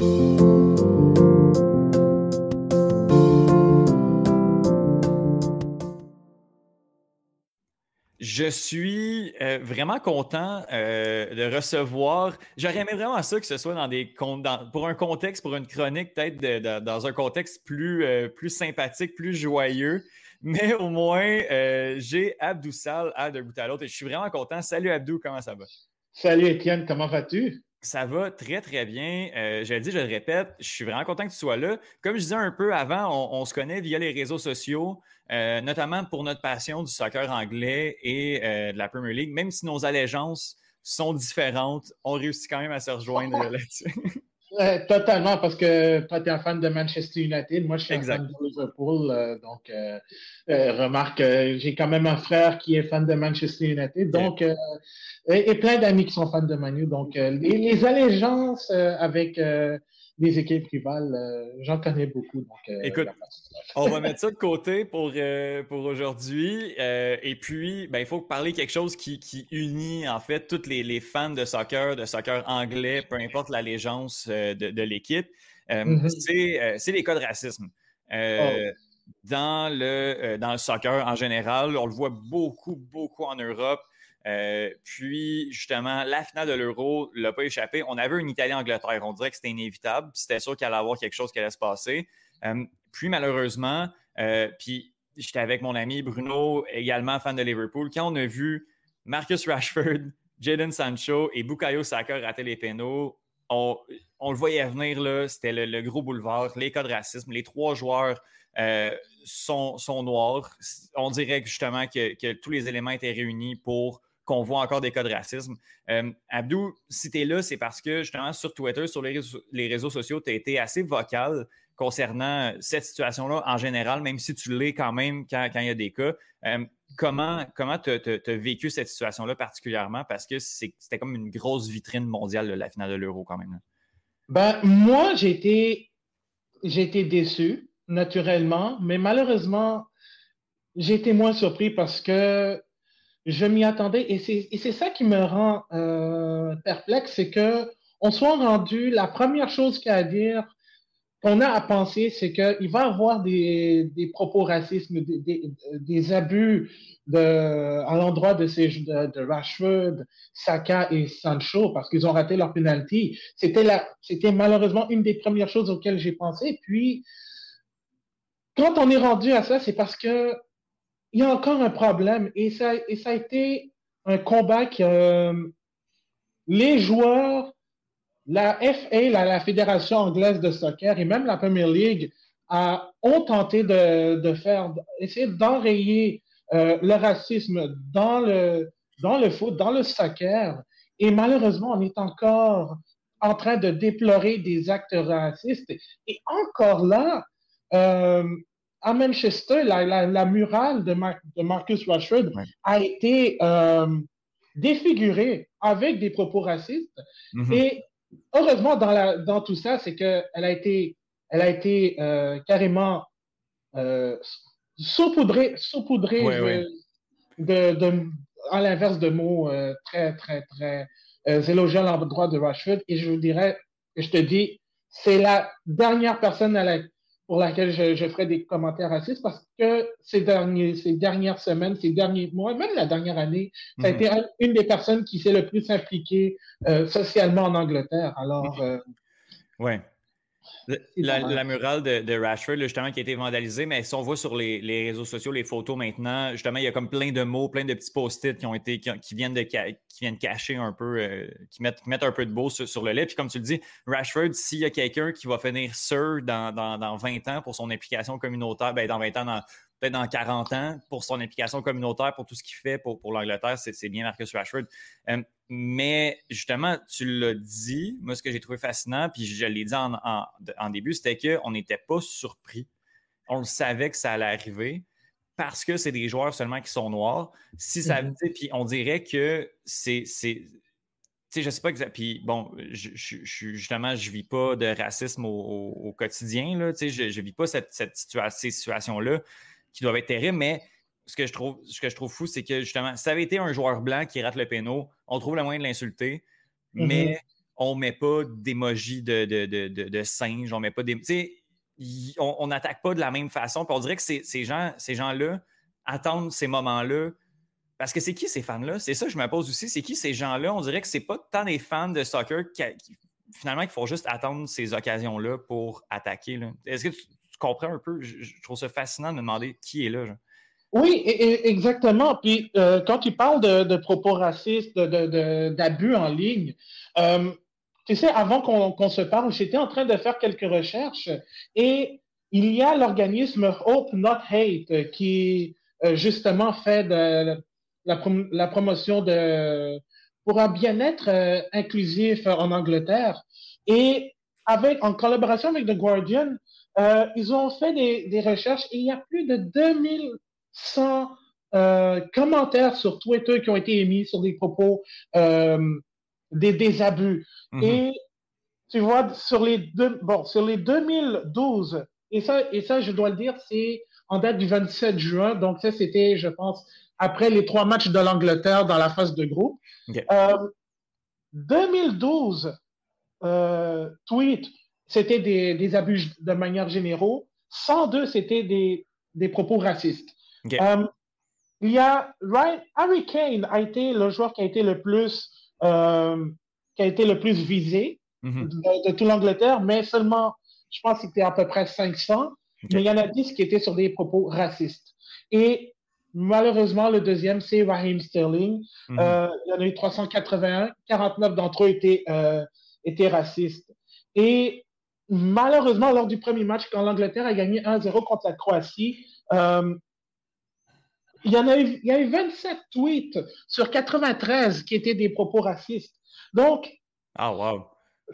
Je suis vraiment content de recevoir. J'aurais aimé vraiment ça que ce soit pour un contexte, pour une chronique, peut-être dans un contexte plus sympathique, plus joyeux. Mais au moins, j'ai Abdou Sall à de bout à l'autre et je suis vraiment content. Salut Abdou, comment ça va? Salut Étienne, comment vas-tu? Ça va très, très bien. Je le dis, je le répète, je suis vraiment content que tu sois là. Comme je disais un peu avant, on se connaît via les réseaux sociaux, notamment pour notre passion du soccer anglais et de la Premier League. Même si nos allégeances sont différentes, on réussit quand même à se rejoindre là-dessus. Totalement, parce que toi, tu es un fan de Manchester United. Moi, je suis un fan de Liverpool. Donc, remarque, j'ai quand même un frère qui est fan de Manchester United. Donc, et plein d'amis qui sont fans de Manu. Donc, les allégeances avec les équipes rivales, j'en connais beaucoup. Donc, écoute, on va mettre ça de côté pour aujourd'hui. Et puis, il faut parler quelque chose qui unit en fait tous les fans de soccer anglais, peu importe l'allégeance de l'équipe. C'est les cas de racisme. Dans le soccer en général, on le voit beaucoup, beaucoup en Europe. Puis, justement, la finale de l'Euro ne l'a pas échappé. On avait une Italie-Angleterre. On dirait que c'était inévitable. C'était sûr qu'il allait y avoir quelque chose qui allait se passer. Puis, malheureusement, puis j'étais avec mon ami Bruno, également fan de Liverpool. Quand on a vu Marcus Rashford, Jadon Sancho et Bukayo Saka rater les pénaux, on le voyait venir, là, c'était le gros boulevard, les cas de racisme. Les 3 joueurs sont noirs. On dirait que justement que tous les éléments étaient réunis pour qu'on voit encore des cas de racisme. Abdou, si tu es là, c'est parce que justement sur Twitter, sur les réseaux sociaux, tu as été assez vocal concernant cette situation-là en général, même si tu l'es quand même quand il y a des cas. Comment tu as vécu cette situation-là particulièrement? Parce que c'était comme une grosse vitrine mondiale, la finale de l'Euro quand même. Moi, j'ai été déçu, naturellement, mais malheureusement, j'ai été moins surpris parce que je m'y attendais. Et c'est ça qui me rend perplexe, c'est qu'on soit rendu, la première chose qu'il y a à dire, qu'on a à penser, c'est qu'il va y avoir des propos racistes, des abus à l'endroit de Rashford, Saka et Sancho parce qu'ils ont raté leur penalty. C'était malheureusement une des premières choses auxquelles j'ai pensé. Puis, quand on est rendu à ça, c'est parce que il y a encore un problème et ça a été un combat que les joueurs, la FA, la Fédération anglaise de soccer et même la Premier League ont tenté essayer d'enrayer le racisme dans le foot, dans le soccer. Et malheureusement, on est encore en train de déplorer des actes racistes. Et encore là, à Manchester, la murale de Marcus Rashford a été défigurée avec des propos racistes. Mm-hmm. Et heureusement, dans tout ça, c'est qu'elle a été carrément saupoudrée à l'inverse de mots très, très, très élogieux à l'endroit de Rashford. Et je te dis, c'est la dernière personne pour laquelle je ferai des commentaires racistes parce que ces dernières semaines, ces derniers mois, même la dernière année, ça a été une des personnes qui s'est le plus impliquée socialement en Angleterre. Alors, ouais. La murale de Rashford, là, justement, qui a été vandalisée, mais si on voit sur les réseaux sociaux, les photos maintenant, justement, il y a comme plein de mots, plein de petits post-it qui viennent cacher un peu, qui mettent un peu de beau sur le lait. Puis comme tu le dis, Rashford, s'il y a quelqu'un qui va finir sûr dans 20 ans pour son implication communautaire, dans 20 ans, peut-être dans 40 ans, pour son implication communautaire, pour tout ce qu'il fait pour l'Angleterre, c'est bien Marcus Rashford. Mais justement, tu l'as dit, moi, ce que j'ai trouvé fascinant, puis je l'ai dit en début, c'était qu'on n'était pas surpris. On le savait que ça allait arriver parce que c'est des joueurs seulement qui sont noirs. Si ça, puis on dirait que c'est tu sais, je sais pas exactement. Puis bon, je vis pas de racisme au quotidien, là. Tu sais, je vis pas ces situations-là qui doivent être terribles, mais ce que je trouve fou, c'est que justement, si ça avait été un joueur blanc qui rate le péno, on trouve le moyen de l'insulter, mais on met pas d'émoji de singe, on met pas des. Tu sais, on n'attaque pas de la même façon. Puis on dirait que ces gens-là attendent ces moments-là. Parce que c'est qui ces fans-là? C'est ça que je me pose aussi. C'est qui ces gens-là? On dirait que c'est pas tant des fans de soccer finalement qu'il faut juste attendre ces occasions-là pour attaquer. Là. Est-ce que tu comprends un peu? Je trouve ça fascinant de me demander qui est là. Genre. Oui, exactement. Puis quand tu parles de propos racistes, d'abus en ligne, tu sais, avant qu'on se parle, j'étais en train de faire quelques recherches et il y a l'organisme Hope Not Hate qui justement fait la promotion pour un bien-être inclusif en Angleterre. Et en collaboration avec The Guardian, ils ont fait des recherches et il y a plus de 2100 commentaires sur Twitter qui ont été émis sur des propos des abus. Et tu vois, sur les 2012, et ça, je dois le dire, c'est en date du 27 juin, donc ça, c'était, je pense, après les 3 matchs de l'Angleterre dans la phase de groupe. Okay. 2012 tweets, c'était des abus de manière générale. 102, c'était des propos racistes. Okay. Il y a Harry Kane a été le joueur qui a été le plus visé de toute l'Angleterre, mais seulement, je pense que c'était à peu près 500, okay. Mais il y en a 10 qui étaient sur des propos racistes. Et malheureusement, le deuxième, c'est Raheem Sterling. Il y en a eu 381, 49 d'entre eux étaient racistes. Et malheureusement, lors du premier match, quand l'Angleterre a gagné 1-0 contre la Croatie, il y a eu 27 tweets sur 93 qui étaient des propos racistes. Donc, wow.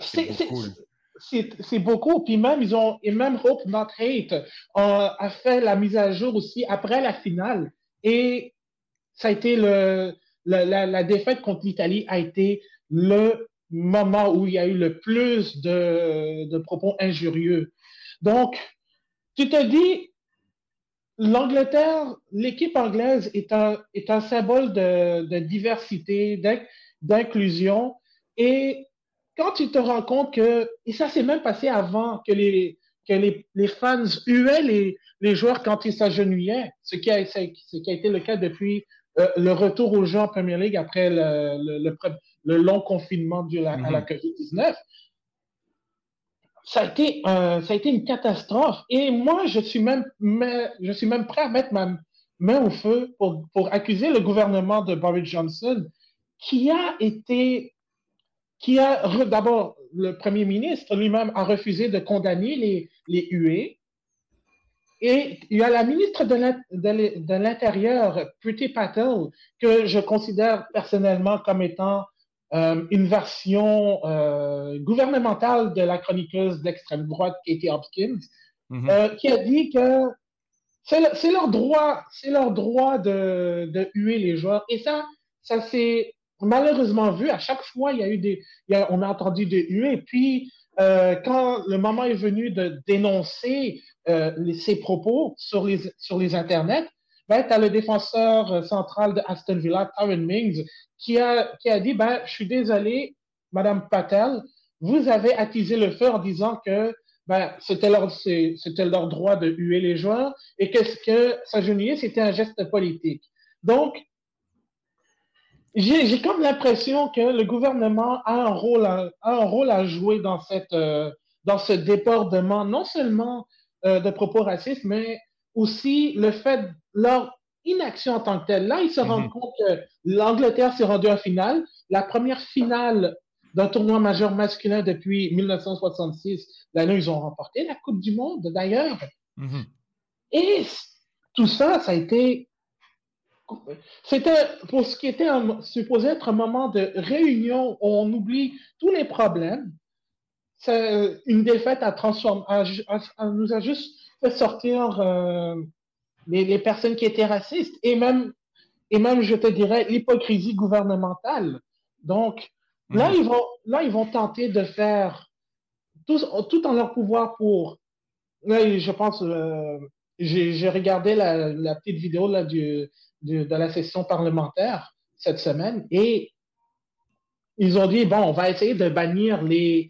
C'est beaucoup. Puis même, même Hope Not Hate a fait la mise à jour aussi après la finale. Et ça a été la défaite contre l'Italie a été le moment où il y a eu le plus de propos injurieux. Donc, tu te dis, l'Angleterre, l'équipe anglaise est un symbole de diversité, d'inclusion. Et quand tu te rends compte que, et ça s'est même passé avant que les fans huaient les joueurs quand ils s'agenouillaient, ce qui a été le cas depuis le retour aux jeux en Premier League après le long confinement dû à la COVID-19, ça a été une catastrophe. Et moi, je suis même prêt à mettre ma main au feu pour accuser le gouvernement de Boris Johnson, d'abord, le premier ministre lui-même a refusé de condamner les huées. Et il y a la ministre de l'Intérieur, Priti Patel, que je considère personnellement comme étant une version gouvernementale de la chroniqueuse d'extrême droite Katie Hopkins, qui a dit que c'est leur droit de huer les joueurs. Et ça s'est malheureusement vu. À chaque fois, on a entendu des huées. Puis, quand le moment est venu de dénoncer ces propos sur les internets, ben, tu as le défenseur central de Aston Villa, Tyrone Mings, qui a dit, ben, je suis désolé, Madame Patel, vous avez attisé le feu en disant que ben, c'était leur droit de huer les joueurs et que s'agenouiller, c'était un geste politique. Donc, j'ai comme l'impression que le gouvernement a un rôle à jouer dans ce débordement, non seulement de propos racistes, mais aussi le fait de leur inaction en tant que telle. Là, ils se rendent compte que l'Angleterre s'est rendue en finale, la première finale d'un tournoi majeur masculin depuis 1966. L'année où ils ont remporté la Coupe du Monde, d'ailleurs. Et tout ça, c'était pour ce qui était supposé être un moment de réunion où on oublie tous les problèmes. Une défaite nous a juste fait sortir les personnes qui étaient racistes et même, je te dirais, l'hypocrisie gouvernementale. Donc, là, ils vont tenter de faire tout en leur pouvoir pour... Là, je pense... j'ai regardé la petite vidéo là, de la session parlementaire cette semaine et ils ont dit, bon, on va essayer de bannir les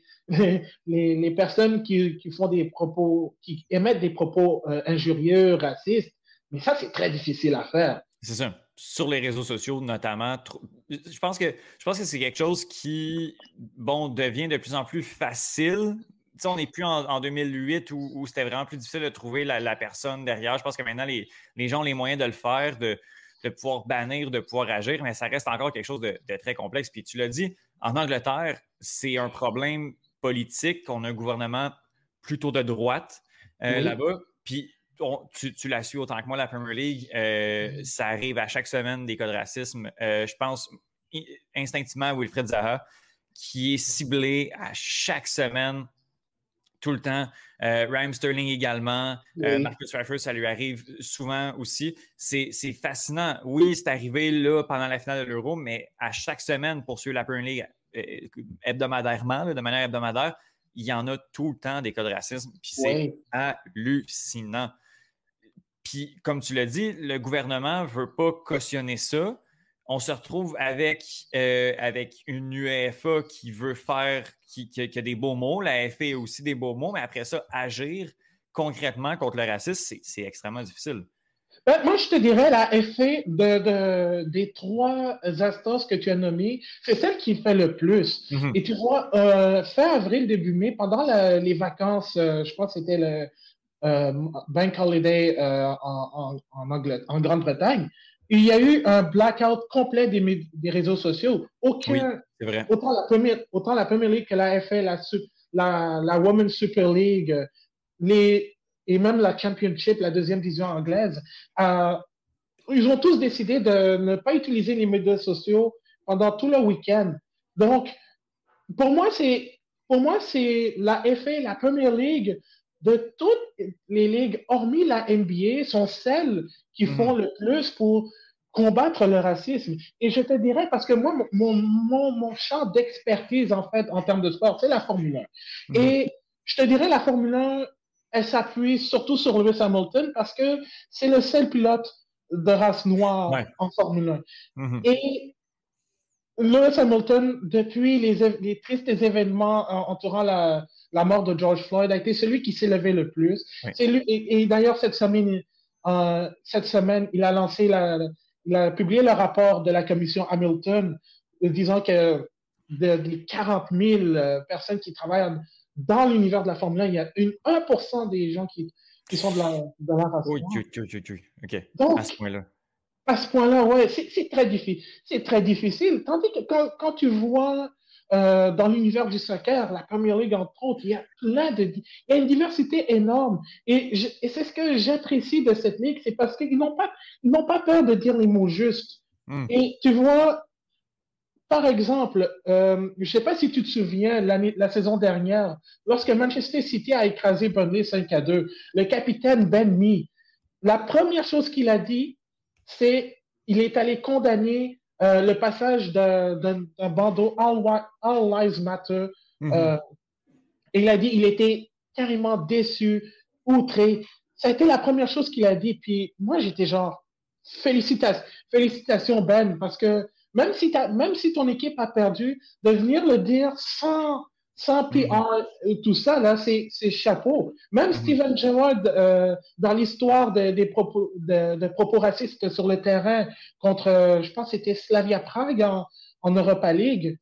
personnes qui font des propos, qui émettent des propos injurieux, racistes. Mais ça, c'est très difficile à faire. C'est ça. Sur les réseaux sociaux, notamment, je pense que c'est quelque chose qui, devient de plus en plus facile. Tu sais, on n'est plus en 2008 où c'était vraiment plus difficile de trouver la personne derrière. Je pense que maintenant, les gens ont les moyens de le faire, de pouvoir bannir, de pouvoir agir, mais ça reste encore quelque chose de très complexe. Puis tu l'as dit, en Angleterre, c'est un problème politique. On a un gouvernement plutôt de droite là-bas. Puis tu l'as su autant que moi, la Premier League. Ça arrive à chaque semaine des cas de racisme. Je pense instinctivement à Wilfried Zaha, qui est ciblé à chaque semaine, tout le temps. Raheem Sterling également. Marcus Rashford, ça lui arrive souvent aussi. C'est fascinant. Oui, c'est arrivé là pendant la finale de l'Euro, mais à chaque semaine, pour suivre la Premier League hebdomadairement, de manière hebdomadaire, il y en a tout le temps des cas de racisme. Puis c'est hallucinant. Puis, comme tu l'as dit, le gouvernement ne veut pas cautionner ça. On se retrouve avec une UEFA qui veut qui a des beaux mots. La FA a aussi des beaux mots, mais après ça, agir concrètement contre le racisme, c'est extrêmement difficile. Ben, moi, je te dirais, la FA, des trois instances que tu as nommées, c'est celle qui fait le plus. Et tu vois, fin avril, début mai, pendant les vacances, je pense que c'était le Bank Holiday en Grande-Bretagne, il y a eu un blackout complet des réseaux sociaux. Oui, c'est vrai. Autant la Premier League que la FA la Women's Super League, et même la Championship, la deuxième division anglaise, ils ont tous décidé de ne pas utiliser les médias sociaux pendant tout le week-end. Donc, pour moi, c'est la FA, la Premier League, de toutes les ligues, hormis la NBA, sont celles qui font le plus pour combattre le racisme. Et je te dirais, parce que moi, mon champ d'expertise, en fait, en termes de sport, c'est la Formule 1. Et je te dirais, la Formule 1, elle s'appuie surtout sur Lewis Hamilton parce que c'est le seul pilote de race noire en Formule 1. Et Lewis Hamilton, depuis les tristes événements entourant la mort de George Floyd, a été celui qui s'est levé le plus. C'est lui, et d'ailleurs, cette semaine, il a lancé il a publié le rapport de la commission Hamilton disant que des 40 000 personnes qui travaillent dans l'univers de la Formule 1, il y a 1% des gens qui sont de la race noire. OK. Donc, à ce point-là. À ce point-là, ouais, c'est très difficile. C'est très difficile. Tandis que quand tu vois dans l'univers du soccer, la Premier League, entre autres, il y a une diversité énorme. Et c'est ce que j'apprécie de cette ligue, c'est parce qu'ils n'ont pas peur de dire les mots justes. Et tu vois, par exemple, je sais pas si tu te souviens, la saison dernière, lorsque Manchester City a écrasé Burnley 5-2, le capitaine Ben Mee, la première chose qu'il a dit, il est allé condamner le passage d'un bandeau All Lives Matter. Et il a dit il était carrément déçu, outré. Ça a été la première chose qu'il a dit. Puis moi, j'étais genre, félicitations Ben, parce que même si ton équipe a perdu, de venir le dire sans PR et tout ça, là, c'est chapeau. Même Steven Gerrard, dans l'histoire de propos racistes sur le terrain contre, je pense que c'était Slavia Prague en Europa League,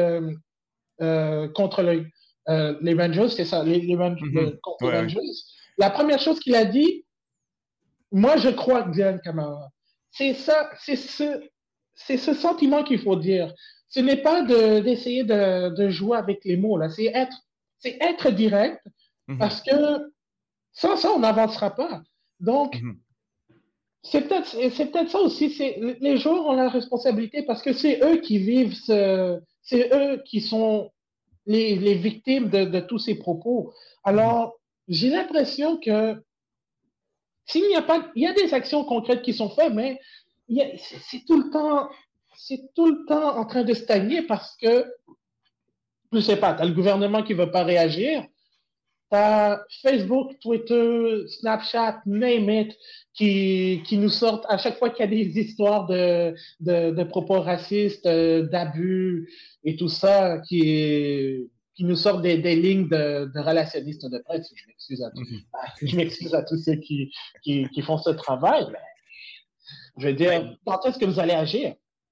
contre les Rangers, c'est ça, contre les Rangers. La première chose qu'il a dit, moi je crois que Glenn Kamara, c'est ça, c'est ce sentiment qu'il faut dire. Ce n'est pas d'essayer de jouer avec les mots, là. C'est être direct, parce que sans ça, on n'avancera pas. Donc, c'est peut-être ça aussi. Les joueurs ont la responsabilité parce que c'est eux qui vivent c'est eux qui sont les victimes de tous ces propos. Alors, j'ai l'impression que s'il n'y a pas, il y a des actions concrètes qui sont faites, mais c'est tout le temps en train de stagner parce que, je sais pas, t'as le gouvernement qui veut pas réagir, t'as Facebook, Twitter, Snapchat, name it, qui nous sortent à chaque fois qu'il y a des histoires de propos racistes, d'abus et tout ça, qui nous sortent des lignes de relationnistes de presse. Je m'excuse à tous ceux qui font ce travail, mais je veux dire, quand est-ce que vous allez agir?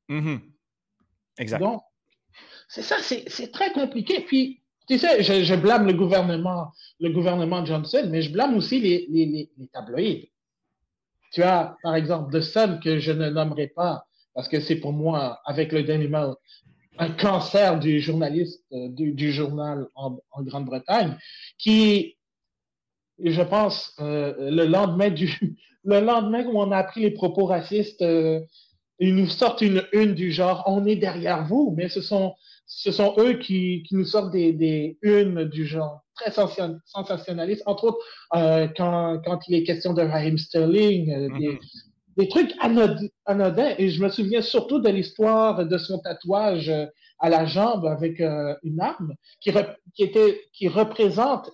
Exact. Donc, c'est ça, c'est très compliqué. Puis, tu sais, je blâme le gouvernement Johnson, mais je blâme aussi les tabloïds. Tu as, par exemple, The Sun, que je ne nommerai pas, parce que c'est pour moi, avec le Daily Mail, un cancer du journaliste, du journal en Grande-Bretagne, qui, je pense, le lendemain où on a appris les propos racistes, ils nous sortent une du genre « on est derrière vous », mais ce sont eux qui nous sortent des unes du genre très sensationnalistes, entre autres quand il est question de Raheem Sterling, des trucs anodins. Et je me souviens surtout de l'histoire de son tatouage à la jambe avec une arme qui représente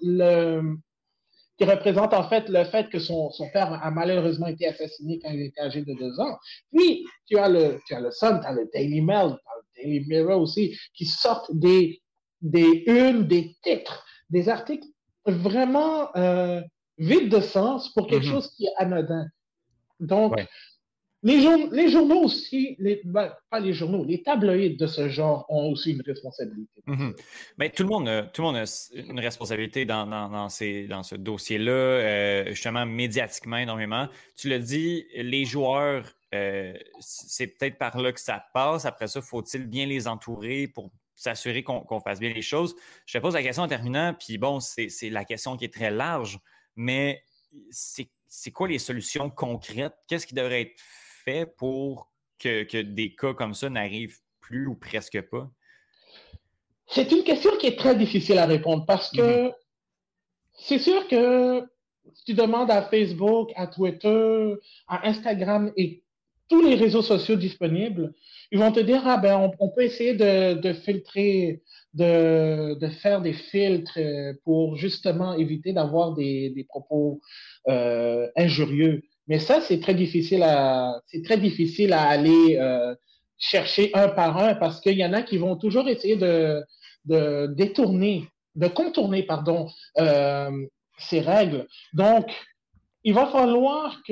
en fait le fait que son père a malheureusement été assassiné quand il était âgé de 2 ans. Puis, tu as le Sun, tu as le Daily Mail, tu as le Daily Mirror aussi, qui sortent des titres, des articles vraiment vides de sens pour quelque chose qui est anodin. Donc, les journaux aussi, pas les journaux, les tabloïds de ce genre ont aussi une responsabilité. Mais tout le monde a une responsabilité dans ce dossier-là, justement médiatiquement énormément. Tu l'as dit, les joueurs, c'est peut-être par là que ça passe. Après ça, faut-il bien les entourer pour s'assurer qu'on fasse bien les choses. Je te pose la question en terminant, puis bon, c'est la question qui est très large, mais c'est quoi les solutions concrètes? Qu'est-ce qui devrait être fait pour que des cas comme ça n'arrivent plus ou presque pas? C'est une question qui est très difficile à répondre parce que c'est sûr que si tu demandes à Facebook, à Twitter, à Instagram et tous les réseaux sociaux disponibles, ils vont te dire, ah ben, on peut essayer de filtrer, de faire des filtres pour justement éviter d'avoir des propos injurieux. Mais ça, c'est très difficile à aller chercher un par un parce qu'il y en a qui vont toujours essayer de contourner, pardon, ces règles. Donc, il va falloir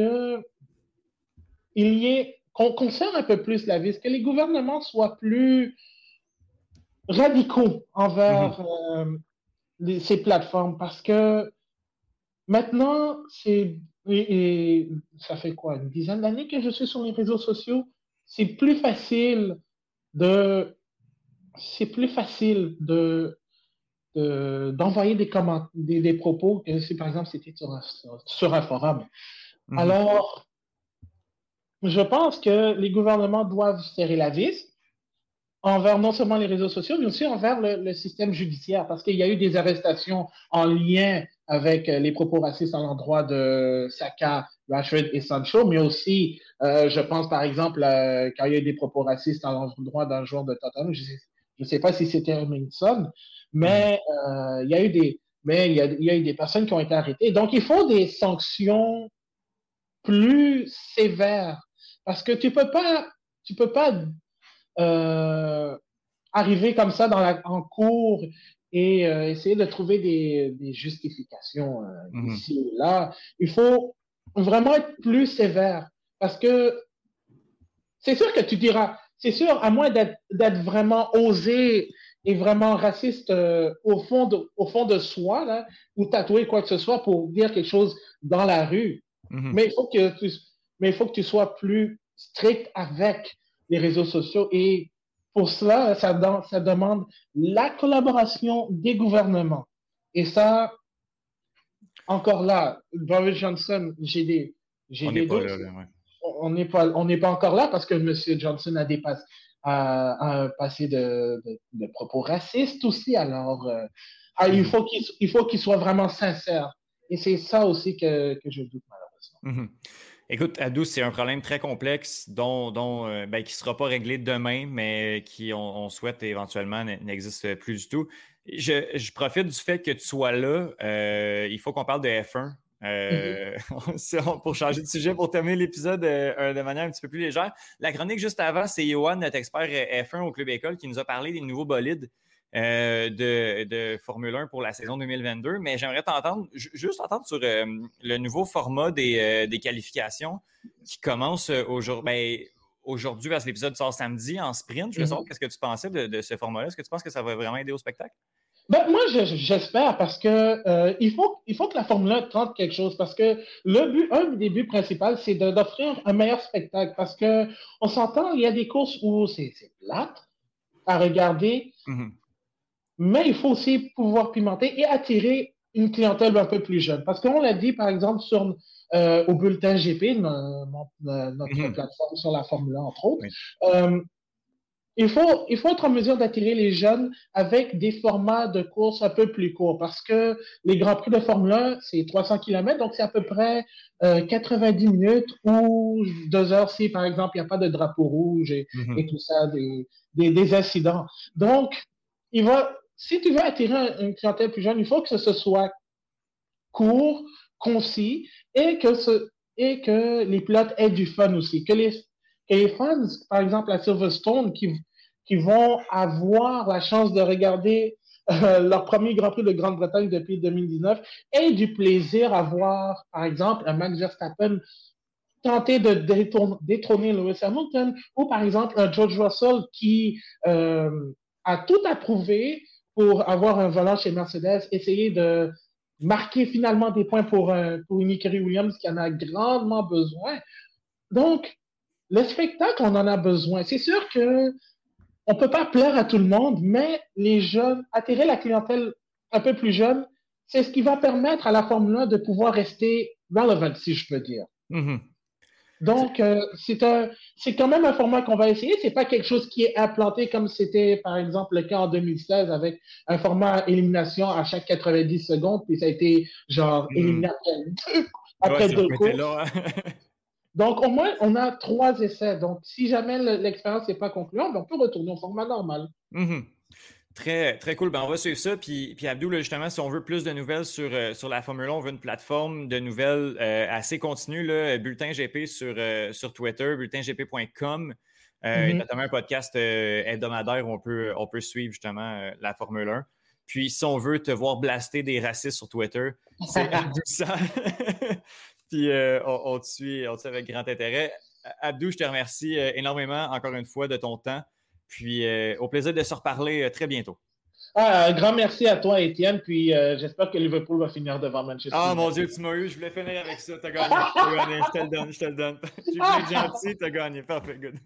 qu'on serre un peu plus la vis, que les gouvernements soient plus radicaux envers ces plateformes, parce que maintenant, et ça fait quoi, une dizaine d'années que je suis sur les réseaux sociaux, c'est plus facile d'envoyer des propos que si, par exemple, c'était sur un forum. Alors, je pense que les gouvernements doivent serrer la vis envers non seulement les réseaux sociaux, mais aussi envers le système judiciaire, parce qu'il y a eu des arrestations en lien avec les propos racistes à l'endroit de Saka, Rashford et Sancho, mais aussi, je pense par exemple, quand il y a eu des propos racistes à l'endroit d'un joueur de Tottenham, je ne sais pas si c'était Minson, mais il y a eu des personnes qui ont été arrêtées. Donc, il faut des sanctions plus sévères, parce que tu peux pas arriver comme ça en cours et essayer de trouver des justifications ici ou là. Il faut vraiment être plus sévère, parce que c'est sûr que tu diras, c'est sûr, à moins d'être vraiment osé et vraiment raciste au fond de soi, là, ou tatouer quoi que ce soit pour dire quelque chose dans la rue. Mais il faut que tu sois plus strict avec les réseaux sociaux, et pour cela, ça demande la collaboration des gouvernements. Et ça, encore là, Boris Johnson, j'ai des doutes. On n'est pas encore là parce que M. Johnson a un passé de propos racistes aussi. Alors, il faut qu'il soit vraiment sincère. Et c'est ça aussi que je doute malheureusement. Écoute, Abdou, c'est un problème très complexe qui ne sera pas réglé demain, mais qui, on souhaite éventuellement, n'existe plus du tout. Je profite du fait que tu sois là. Il faut qu'on parle de F1. Pour changer de sujet, pour terminer l'épisode de manière un petit peu plus légère. La chronique juste avant, c'est Johan, notre expert F1 au Club École, qui nous a parlé des nouveaux bolides de Formule 1 pour la saison 2022, mais j'aimerais juste entendre sur le nouveau format des qualifications qui commence aujourd'hui, parce que l'épisode sort samedi en sprint. Je veux savoir qu'est-ce que tu pensais de ce format-là. Est-ce que tu penses que ça va vraiment aider au spectacle? Ben, moi, j'espère, parce que il faut que la Formule 1 tente quelque chose, parce que un des buts principaux, c'est d'offrir un meilleur spectacle, parce que on s'entend, il y a des courses où c'est plate à regarder, mais il faut aussi pouvoir pimenter et attirer une clientèle un peu plus jeune. Parce qu'on l'a dit, par exemple, au bulletin GP, notre plateforme sur la Formule 1, entre autres, il faut être en mesure d'attirer les jeunes avec des formats de course un peu plus courts, parce que les Grands Prix de Formule 1, c'est 300 km, donc c'est à peu près 90 minutes ou 2 heures si, par exemple, il n'y a pas de drapeau rouge et tout ça, des incidents. Donc, si tu veux attirer une clientèle plus jeune, il faut que ce soit court, concis, et que les pilotes aient du fun aussi. Que les fans, par exemple à Silverstone, qui vont avoir la chance de regarder leur premier Grand Prix de Grande-Bretagne depuis 2019, aient du plaisir à voir, par exemple, un Max Verstappen tenter de détrôner Lewis Hamilton, ou par exemple un George Russell qui a tout approuvé pour avoir un volant chez Mercedes, essayer de marquer finalement des points pour une écurie Williams qui en a grandement besoin. Donc, le spectacle, on en a besoin. C'est sûr que on peut pas plaire à tout le monde, mais les jeunes, attirer la clientèle un peu plus jeune, c'est ce qui va permettre à la Formule 1 de pouvoir rester relevant, si je peux dire. Mhm. Donc, c'est quand même un format qu'on va essayer. C'est pas quelque chose qui est implanté comme c'était, par exemple, le cas en 2016 avec un format élimination à chaque 90 secondes, puis ça a été genre éliminé après Ouais, ça deux peut être courses. long, hein. Donc, au moins, on a 3 essais. Donc, si jamais l'expérience n'est pas concluante, on peut retourner au format normal. Mhm. Très, très cool. Ben, on va suivre ça. Puis Abdou, là, justement, si on veut plus de nouvelles sur la Formule 1, on veut une plateforme de nouvelles assez continue. Là, Bulletin GP sur Twitter, bulletingp.com. Il y a notamment un podcast hebdomadaire où on peut suivre justement la Formule 1. Puis si on veut te voir blaster des racistes sur Twitter, c'est Abdou ça. Puis on te suit avec grand intérêt. Abdou, je te remercie énormément encore une fois de ton temps. Puis, au plaisir de se reparler très bientôt. Un grand merci à toi, Étienne. Puis, j'espère que Liverpool va finir devant Manchester United. Ah, mon Dieu, tu m'as eu. Je voulais finir avec ça. T'as gagné. Je te le donne. J'ai voulu être gentil. T'as gagné. Parfait, good.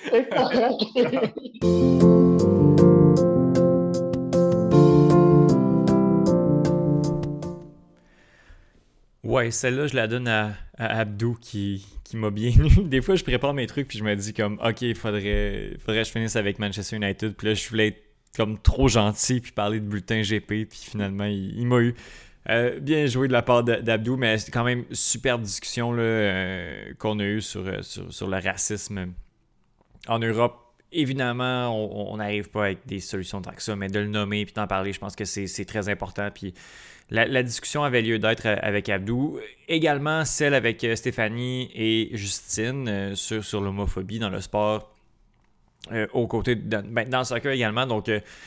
Ouais, celle-là, je la donne à Abdou qui m'a bien eu. Des fois, je prépare mes trucs puis je me dis comme, OK, il faudrait que je finisse avec Manchester United. Puis là, je voulais être comme trop gentil puis parler de bulletin GP. Puis finalement, il m'a eu. Bien joué de la part d'Abdou, mais c'est quand même une superbe discussion là, qu'on a eue sur le racisme en Europe. Évidemment, on n'arrive pas avec des solutions tant que ça, mais de le nommer et d'en parler, je pense que c'est très important. Puis la discussion avait lieu d'être avec Abdou. Également, celle avec Stéphanie et Justine sur l'homophobie dans le sport, aux côtés dans le soccer également. Donc,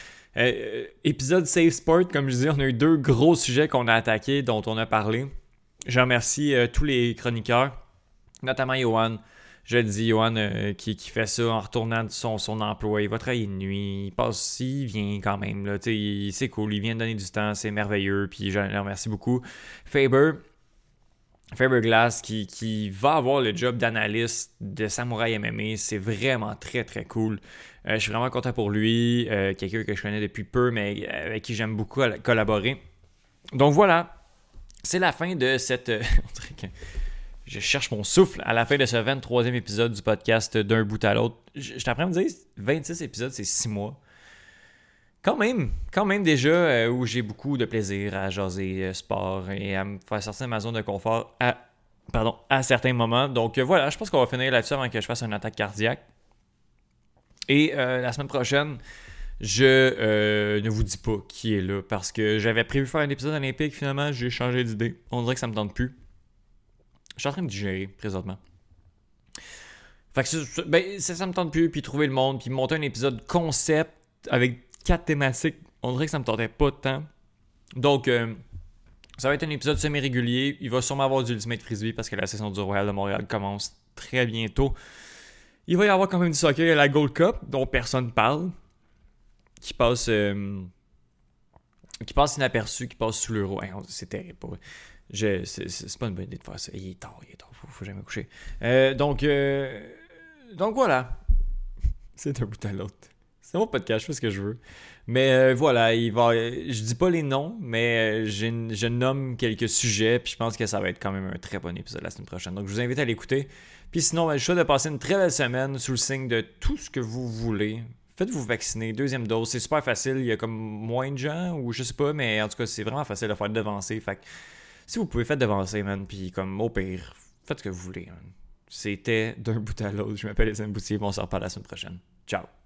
épisode Safe Sport, comme je disais, on a eu 2 gros sujets qu'on a attaqués, dont on a parlé. Je remercie tous les chroniqueurs, notamment Johan. Je le dis, Johan qui fait ça en retournant de son emploi. Il va travailler de nuit, il vient quand même. Là, c'est cool, il vient de donner du temps, c'est merveilleux. Puis je le remercie beaucoup. Faber Glass qui va avoir le job d'analyste de Samouraï MMA. C'est vraiment très très cool. Je suis vraiment content pour lui. Quelqu'un que je connais depuis peu, mais avec qui j'aime beaucoup collaborer. Donc voilà, c'est la fin de cette... Je cherche mon souffle à la fin de ce 23e épisode du podcast d'un bout à l'autre. Je t'apprends à me dire, 26 épisodes, c'est 6 mois. Quand même déjà où j'ai beaucoup de plaisir à jaser sport et à me faire sortir de ma zone de confort à certains moments. Donc voilà, je pense qu'on va finir là-dessus avant que je fasse une attaque cardiaque. Et la semaine prochaine, je ne vous dis pas qui est là parce que j'avais prévu faire un épisode olympique. Finalement, j'ai changé d'idée. On dirait que ça me tente plus. Je suis en train de digérer présentement. Fait que ça me tente plus, puis trouver le monde, puis monter un épisode concept avec 4 thématiques, on dirait que ça me tentait pas de temps. Donc, ça va être un épisode semi-régulier. Il va sûrement avoir du Ultimate Frisbee parce que la saison du Royal de Montréal commence très bientôt. Il va y avoir quand même du soccer à la Gold Cup, dont personne parle, qui passe inaperçu, qui passe sous l'euro. Hey, c'est terrible pour eux. C'est pas une bonne idée de faire ça. Il est tard. Faut jamais coucher. Donc voilà. C'est d'un bout à l'autre. C'est mon podcast, je fais ce que je veux. Mais voilà, je dis pas les noms, mais je nomme quelques sujets, puis je pense que ça va être quand même un très bon épisode la semaine prochaine. Donc je vous invite à l'écouter. Puis sinon, je souhaite de passer une très belle semaine sous le signe de tout ce que vous voulez. Faites-vous vacciner, 2e dose, c'est super facile. Il y a comme moins de gens, ou je sais pas, mais en tout cas, c'est vraiment facile de faire devancer. Fait que si vous pouvez, faites devancer, man, puis comme au pire, faites ce que vous voulez. Man. C'était d'un bout à l'autre. Je m'appelle Étienne Boutier, on se reparle la semaine prochaine. Ciao!